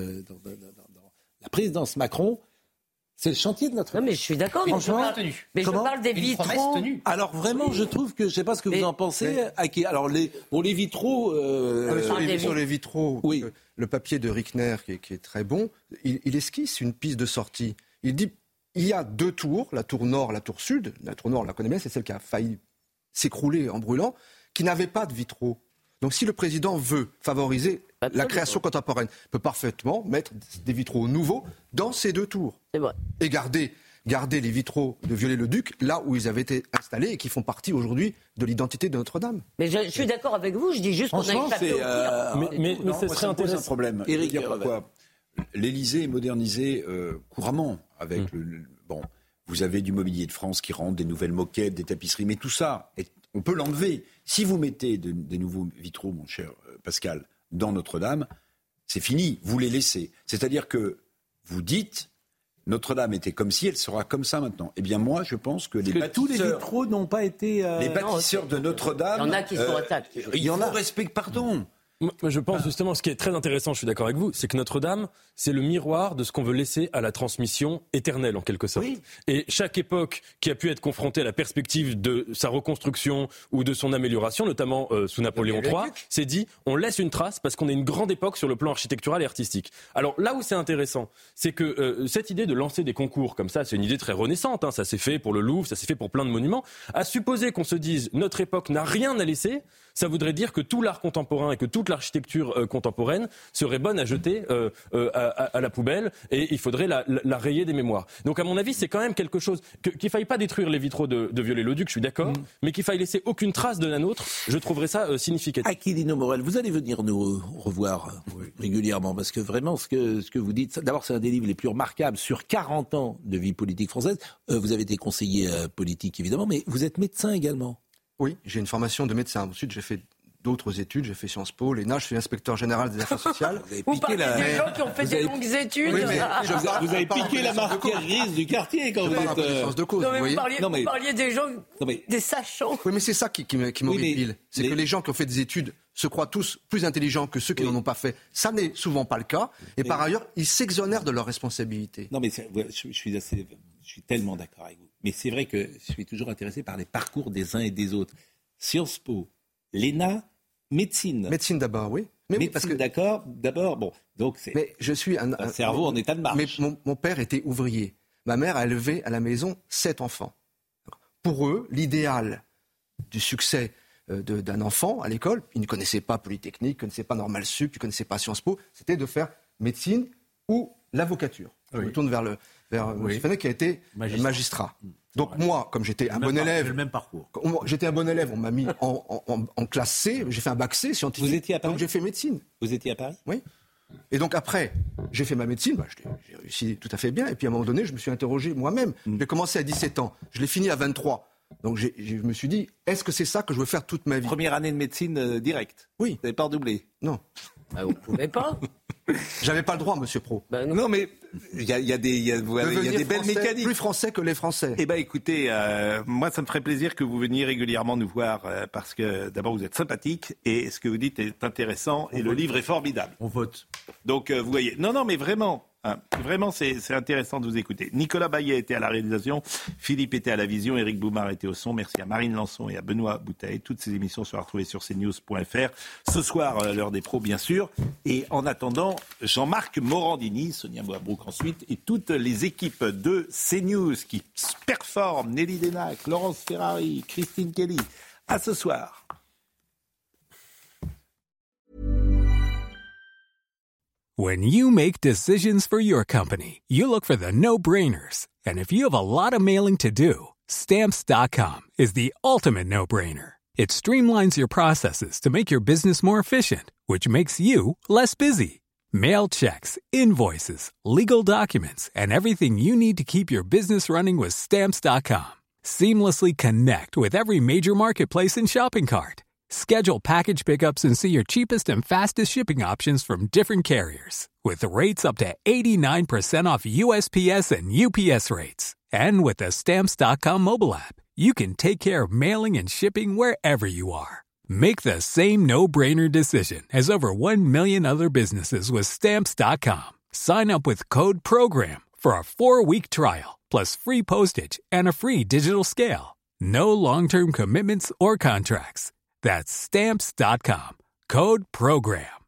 la présidence Macron, c'est le chantier de Notre-Dame. Non, mais je suis d'accord. Franchement, je parle des vitraux. Alors vraiment, je trouve que, je ne sais pas ce que vous en pensez. Alors les vitraux... Sur les vitraux, le papier de Rickner qui est très bon, il esquisse une piste de sortie. Il dit, il y a 2 tours, la tour nord, la tour sud. La tour nord, on la connaît bien, c'est celle qui a failli s'écrouler en brûlant, qui n'avait pas de vitraux. Donc si le président veut favoriser la création contemporaine, il peut parfaitement mettre des vitraux nouveaux dans ces 2 tours. C'est vrai. Et garder les vitraux de Viollet-le-Duc là où ils avaient été installés et qui font partie aujourd'hui de l'identité de Notre-Dame. Mais je suis d'accord avec vous, je dis juste qu'on a échappé au pire. Mais ce serait intéressant. Un problème. Éric, pourquoi l'Élysée est modernisé couramment avec vous avez du Mobilier de France qui rentre, des nouvelles moquettes, des tapisseries, mais tout ça, on peut l'enlever. Si vous mettez des nouveaux vitraux, mon cher Pascal, dans Notre-Dame, c'est fini, vous les laissez. C'est-à-dire que vous dites, Notre-Dame était comme si, elle sera comme ça maintenant. Eh bien moi, je pense que tous les vitraux n'ont pas été... Les bâtisseurs de Notre-Dame... Il y en a qui sont attaques. Il y en a respect, pardon. Moi, je pense justement, ce qui est très intéressant, je suis d'accord avec vous, c'est que Notre-Dame, c'est le miroir de ce qu'on veut laisser à la transmission éternelle, en quelque sorte. Oui. Et chaque époque qui a pu être confrontée à la perspective de sa reconstruction ou de son amélioration, notamment sous Napoléon III, s'est dit, on laisse une trace parce qu'on est une grande époque sur le plan architectural et artistique. Alors là où c'est intéressant, c'est que cette idée de lancer des concours comme ça, c'est une idée très renaissante, hein, ça s'est fait pour le Louvre, ça s'est fait pour plein de monuments. À supposer qu'on se dise, notre époque n'a rien à laisser, ça voudrait dire que tout l'art contemporain et que toute l'architecture contemporaine serait bonne à jeter à la poubelle et il faudrait la rayer des mémoires. Donc à mon avis, c'est quand même quelque chose qu'il faille pas détruire les vitraux de Viollet-le-Duc, je suis d'accord, mais qu'il faille laisser aucune trace de la nôtre, je trouverais ça significatif. Aquilino Morel, vous allez venir nous revoir régulièrement parce que vraiment ce que vous dites, d'abord c'est un des livres les plus remarquables sur 40 ans de vie politique française. Vous avez été conseiller politique évidemment, mais vous êtes médecin également. Oui, j'ai une formation de médecin. Ensuite, j'ai fait d'autres études. J'ai fait Sciences Po, l'ENA. Je suis inspecteur général des affaires sociales. Vous parlez des gens qui ont fait des longues études. Oui, vous avez piqué la marquère grise du quartier quand vous êtes... de cause. Non, mais vous parliez des gens, des sachants. Oui, mais c'est ça qui m'horripile. C'est que les gens qui ont fait des études se croient tous plus intelligents que ceux qui n'en ont pas fait. Ça n'est souvent pas le cas. Et par ailleurs, ils s'exonèrent de leurs responsabilités. Non, mais je suis tellement d'accord avec vous. Mais c'est vrai que je suis toujours intéressé par les parcours des uns et des autres. Sciences Po, l'ENA, médecine. Médecine d'abord, oui. Mais médecine, parce que d'abord, bon, donc c'est. Mais je suis un cerveau en état de marche. Mais mon père était ouvrier. Ma mère a élevé à la maison 7 enfants. Pour eux, l'idéal du succès d'un enfant à l'école. Il ne connaissait pas Polytechnique, il ne connaissait pas Normal Sup, il ne connaissait pas Sciences Po. C'était de faire médecine ou l'avocature. Je me tourne vers M. Fenech qui a été magistrat. Donc moi, comme j'étais un bon élève... le même parcours. J'étais un bon élève, on m'a mis en classe C, j'ai fait un bac C scientifique. Vous étiez à Paris ? Donc j'ai fait médecine. Vous étiez à Paris ? Oui. Et donc après, j'ai fait ma médecine, j'ai réussi tout à fait bien. Et puis à un moment donné, je me suis interrogé moi-même. J'ai commencé à 17 ans, je l'ai fini à 23. Donc je me suis dit, est-ce que c'est ça que je veux faire toute ma vie ? Première année de médecine directe ? Oui. Vous n'avez pas redoublé ? Non. Vous ne pouvez pas. J'avais pas le droit, monsieur Pro. Non, mais il y a des belles mécaniques. Plus français que les Français. Eh bien, écoutez, moi, ça me ferait plaisir que vous veniez régulièrement nous voir parce que, d'abord, vous êtes sympathique et ce que vous dites est intéressant et le livre est formidable. On vote. Donc, vous voyez. Non, mais vraiment. Vraiment, c'est intéressant de vous écouter. Nicolas Baillet était à la réalisation, Philippe était à la vision, Éric Boumard était au son. Merci à Marine Lançon et à Benoît Bouteille. Toutes ces émissions seront retrouvées sur cnews.fr. Ce soir, l'heure des pros, bien sûr. Et en attendant, Jean-Marc Morandini, Sonia Boisbrouk ensuite, et toutes les équipes de CNews qui performent, Nelly Denac, Laurence Ferrari, Christine Kelly. À ce soir. When you make decisions for your company, you look for the no-brainers. And if you have a lot of mailing to do, Stamps.com is the ultimate no-brainer. It streamlines your processes to make your business more efficient, which makes you less busy. Mail checks, invoices, legal documents, and everything you need to keep your business running with Stamps.com. Seamlessly connect with every major marketplace and shopping cart. Schedule package pickups and see your cheapest and fastest shipping options from different carriers. With rates up to 89% off USPS and UPS rates. And with the Stamps.com mobile app, you can take care of mailing and shipping wherever you are. Make the same no-brainer decision as over 1 million other businesses with Stamps.com. Sign up with code PROGRAM for a 4-week trial, plus free postage and a free digital scale. No long-term commitments or contracts. That's Stamps.com. Code PROGRAM.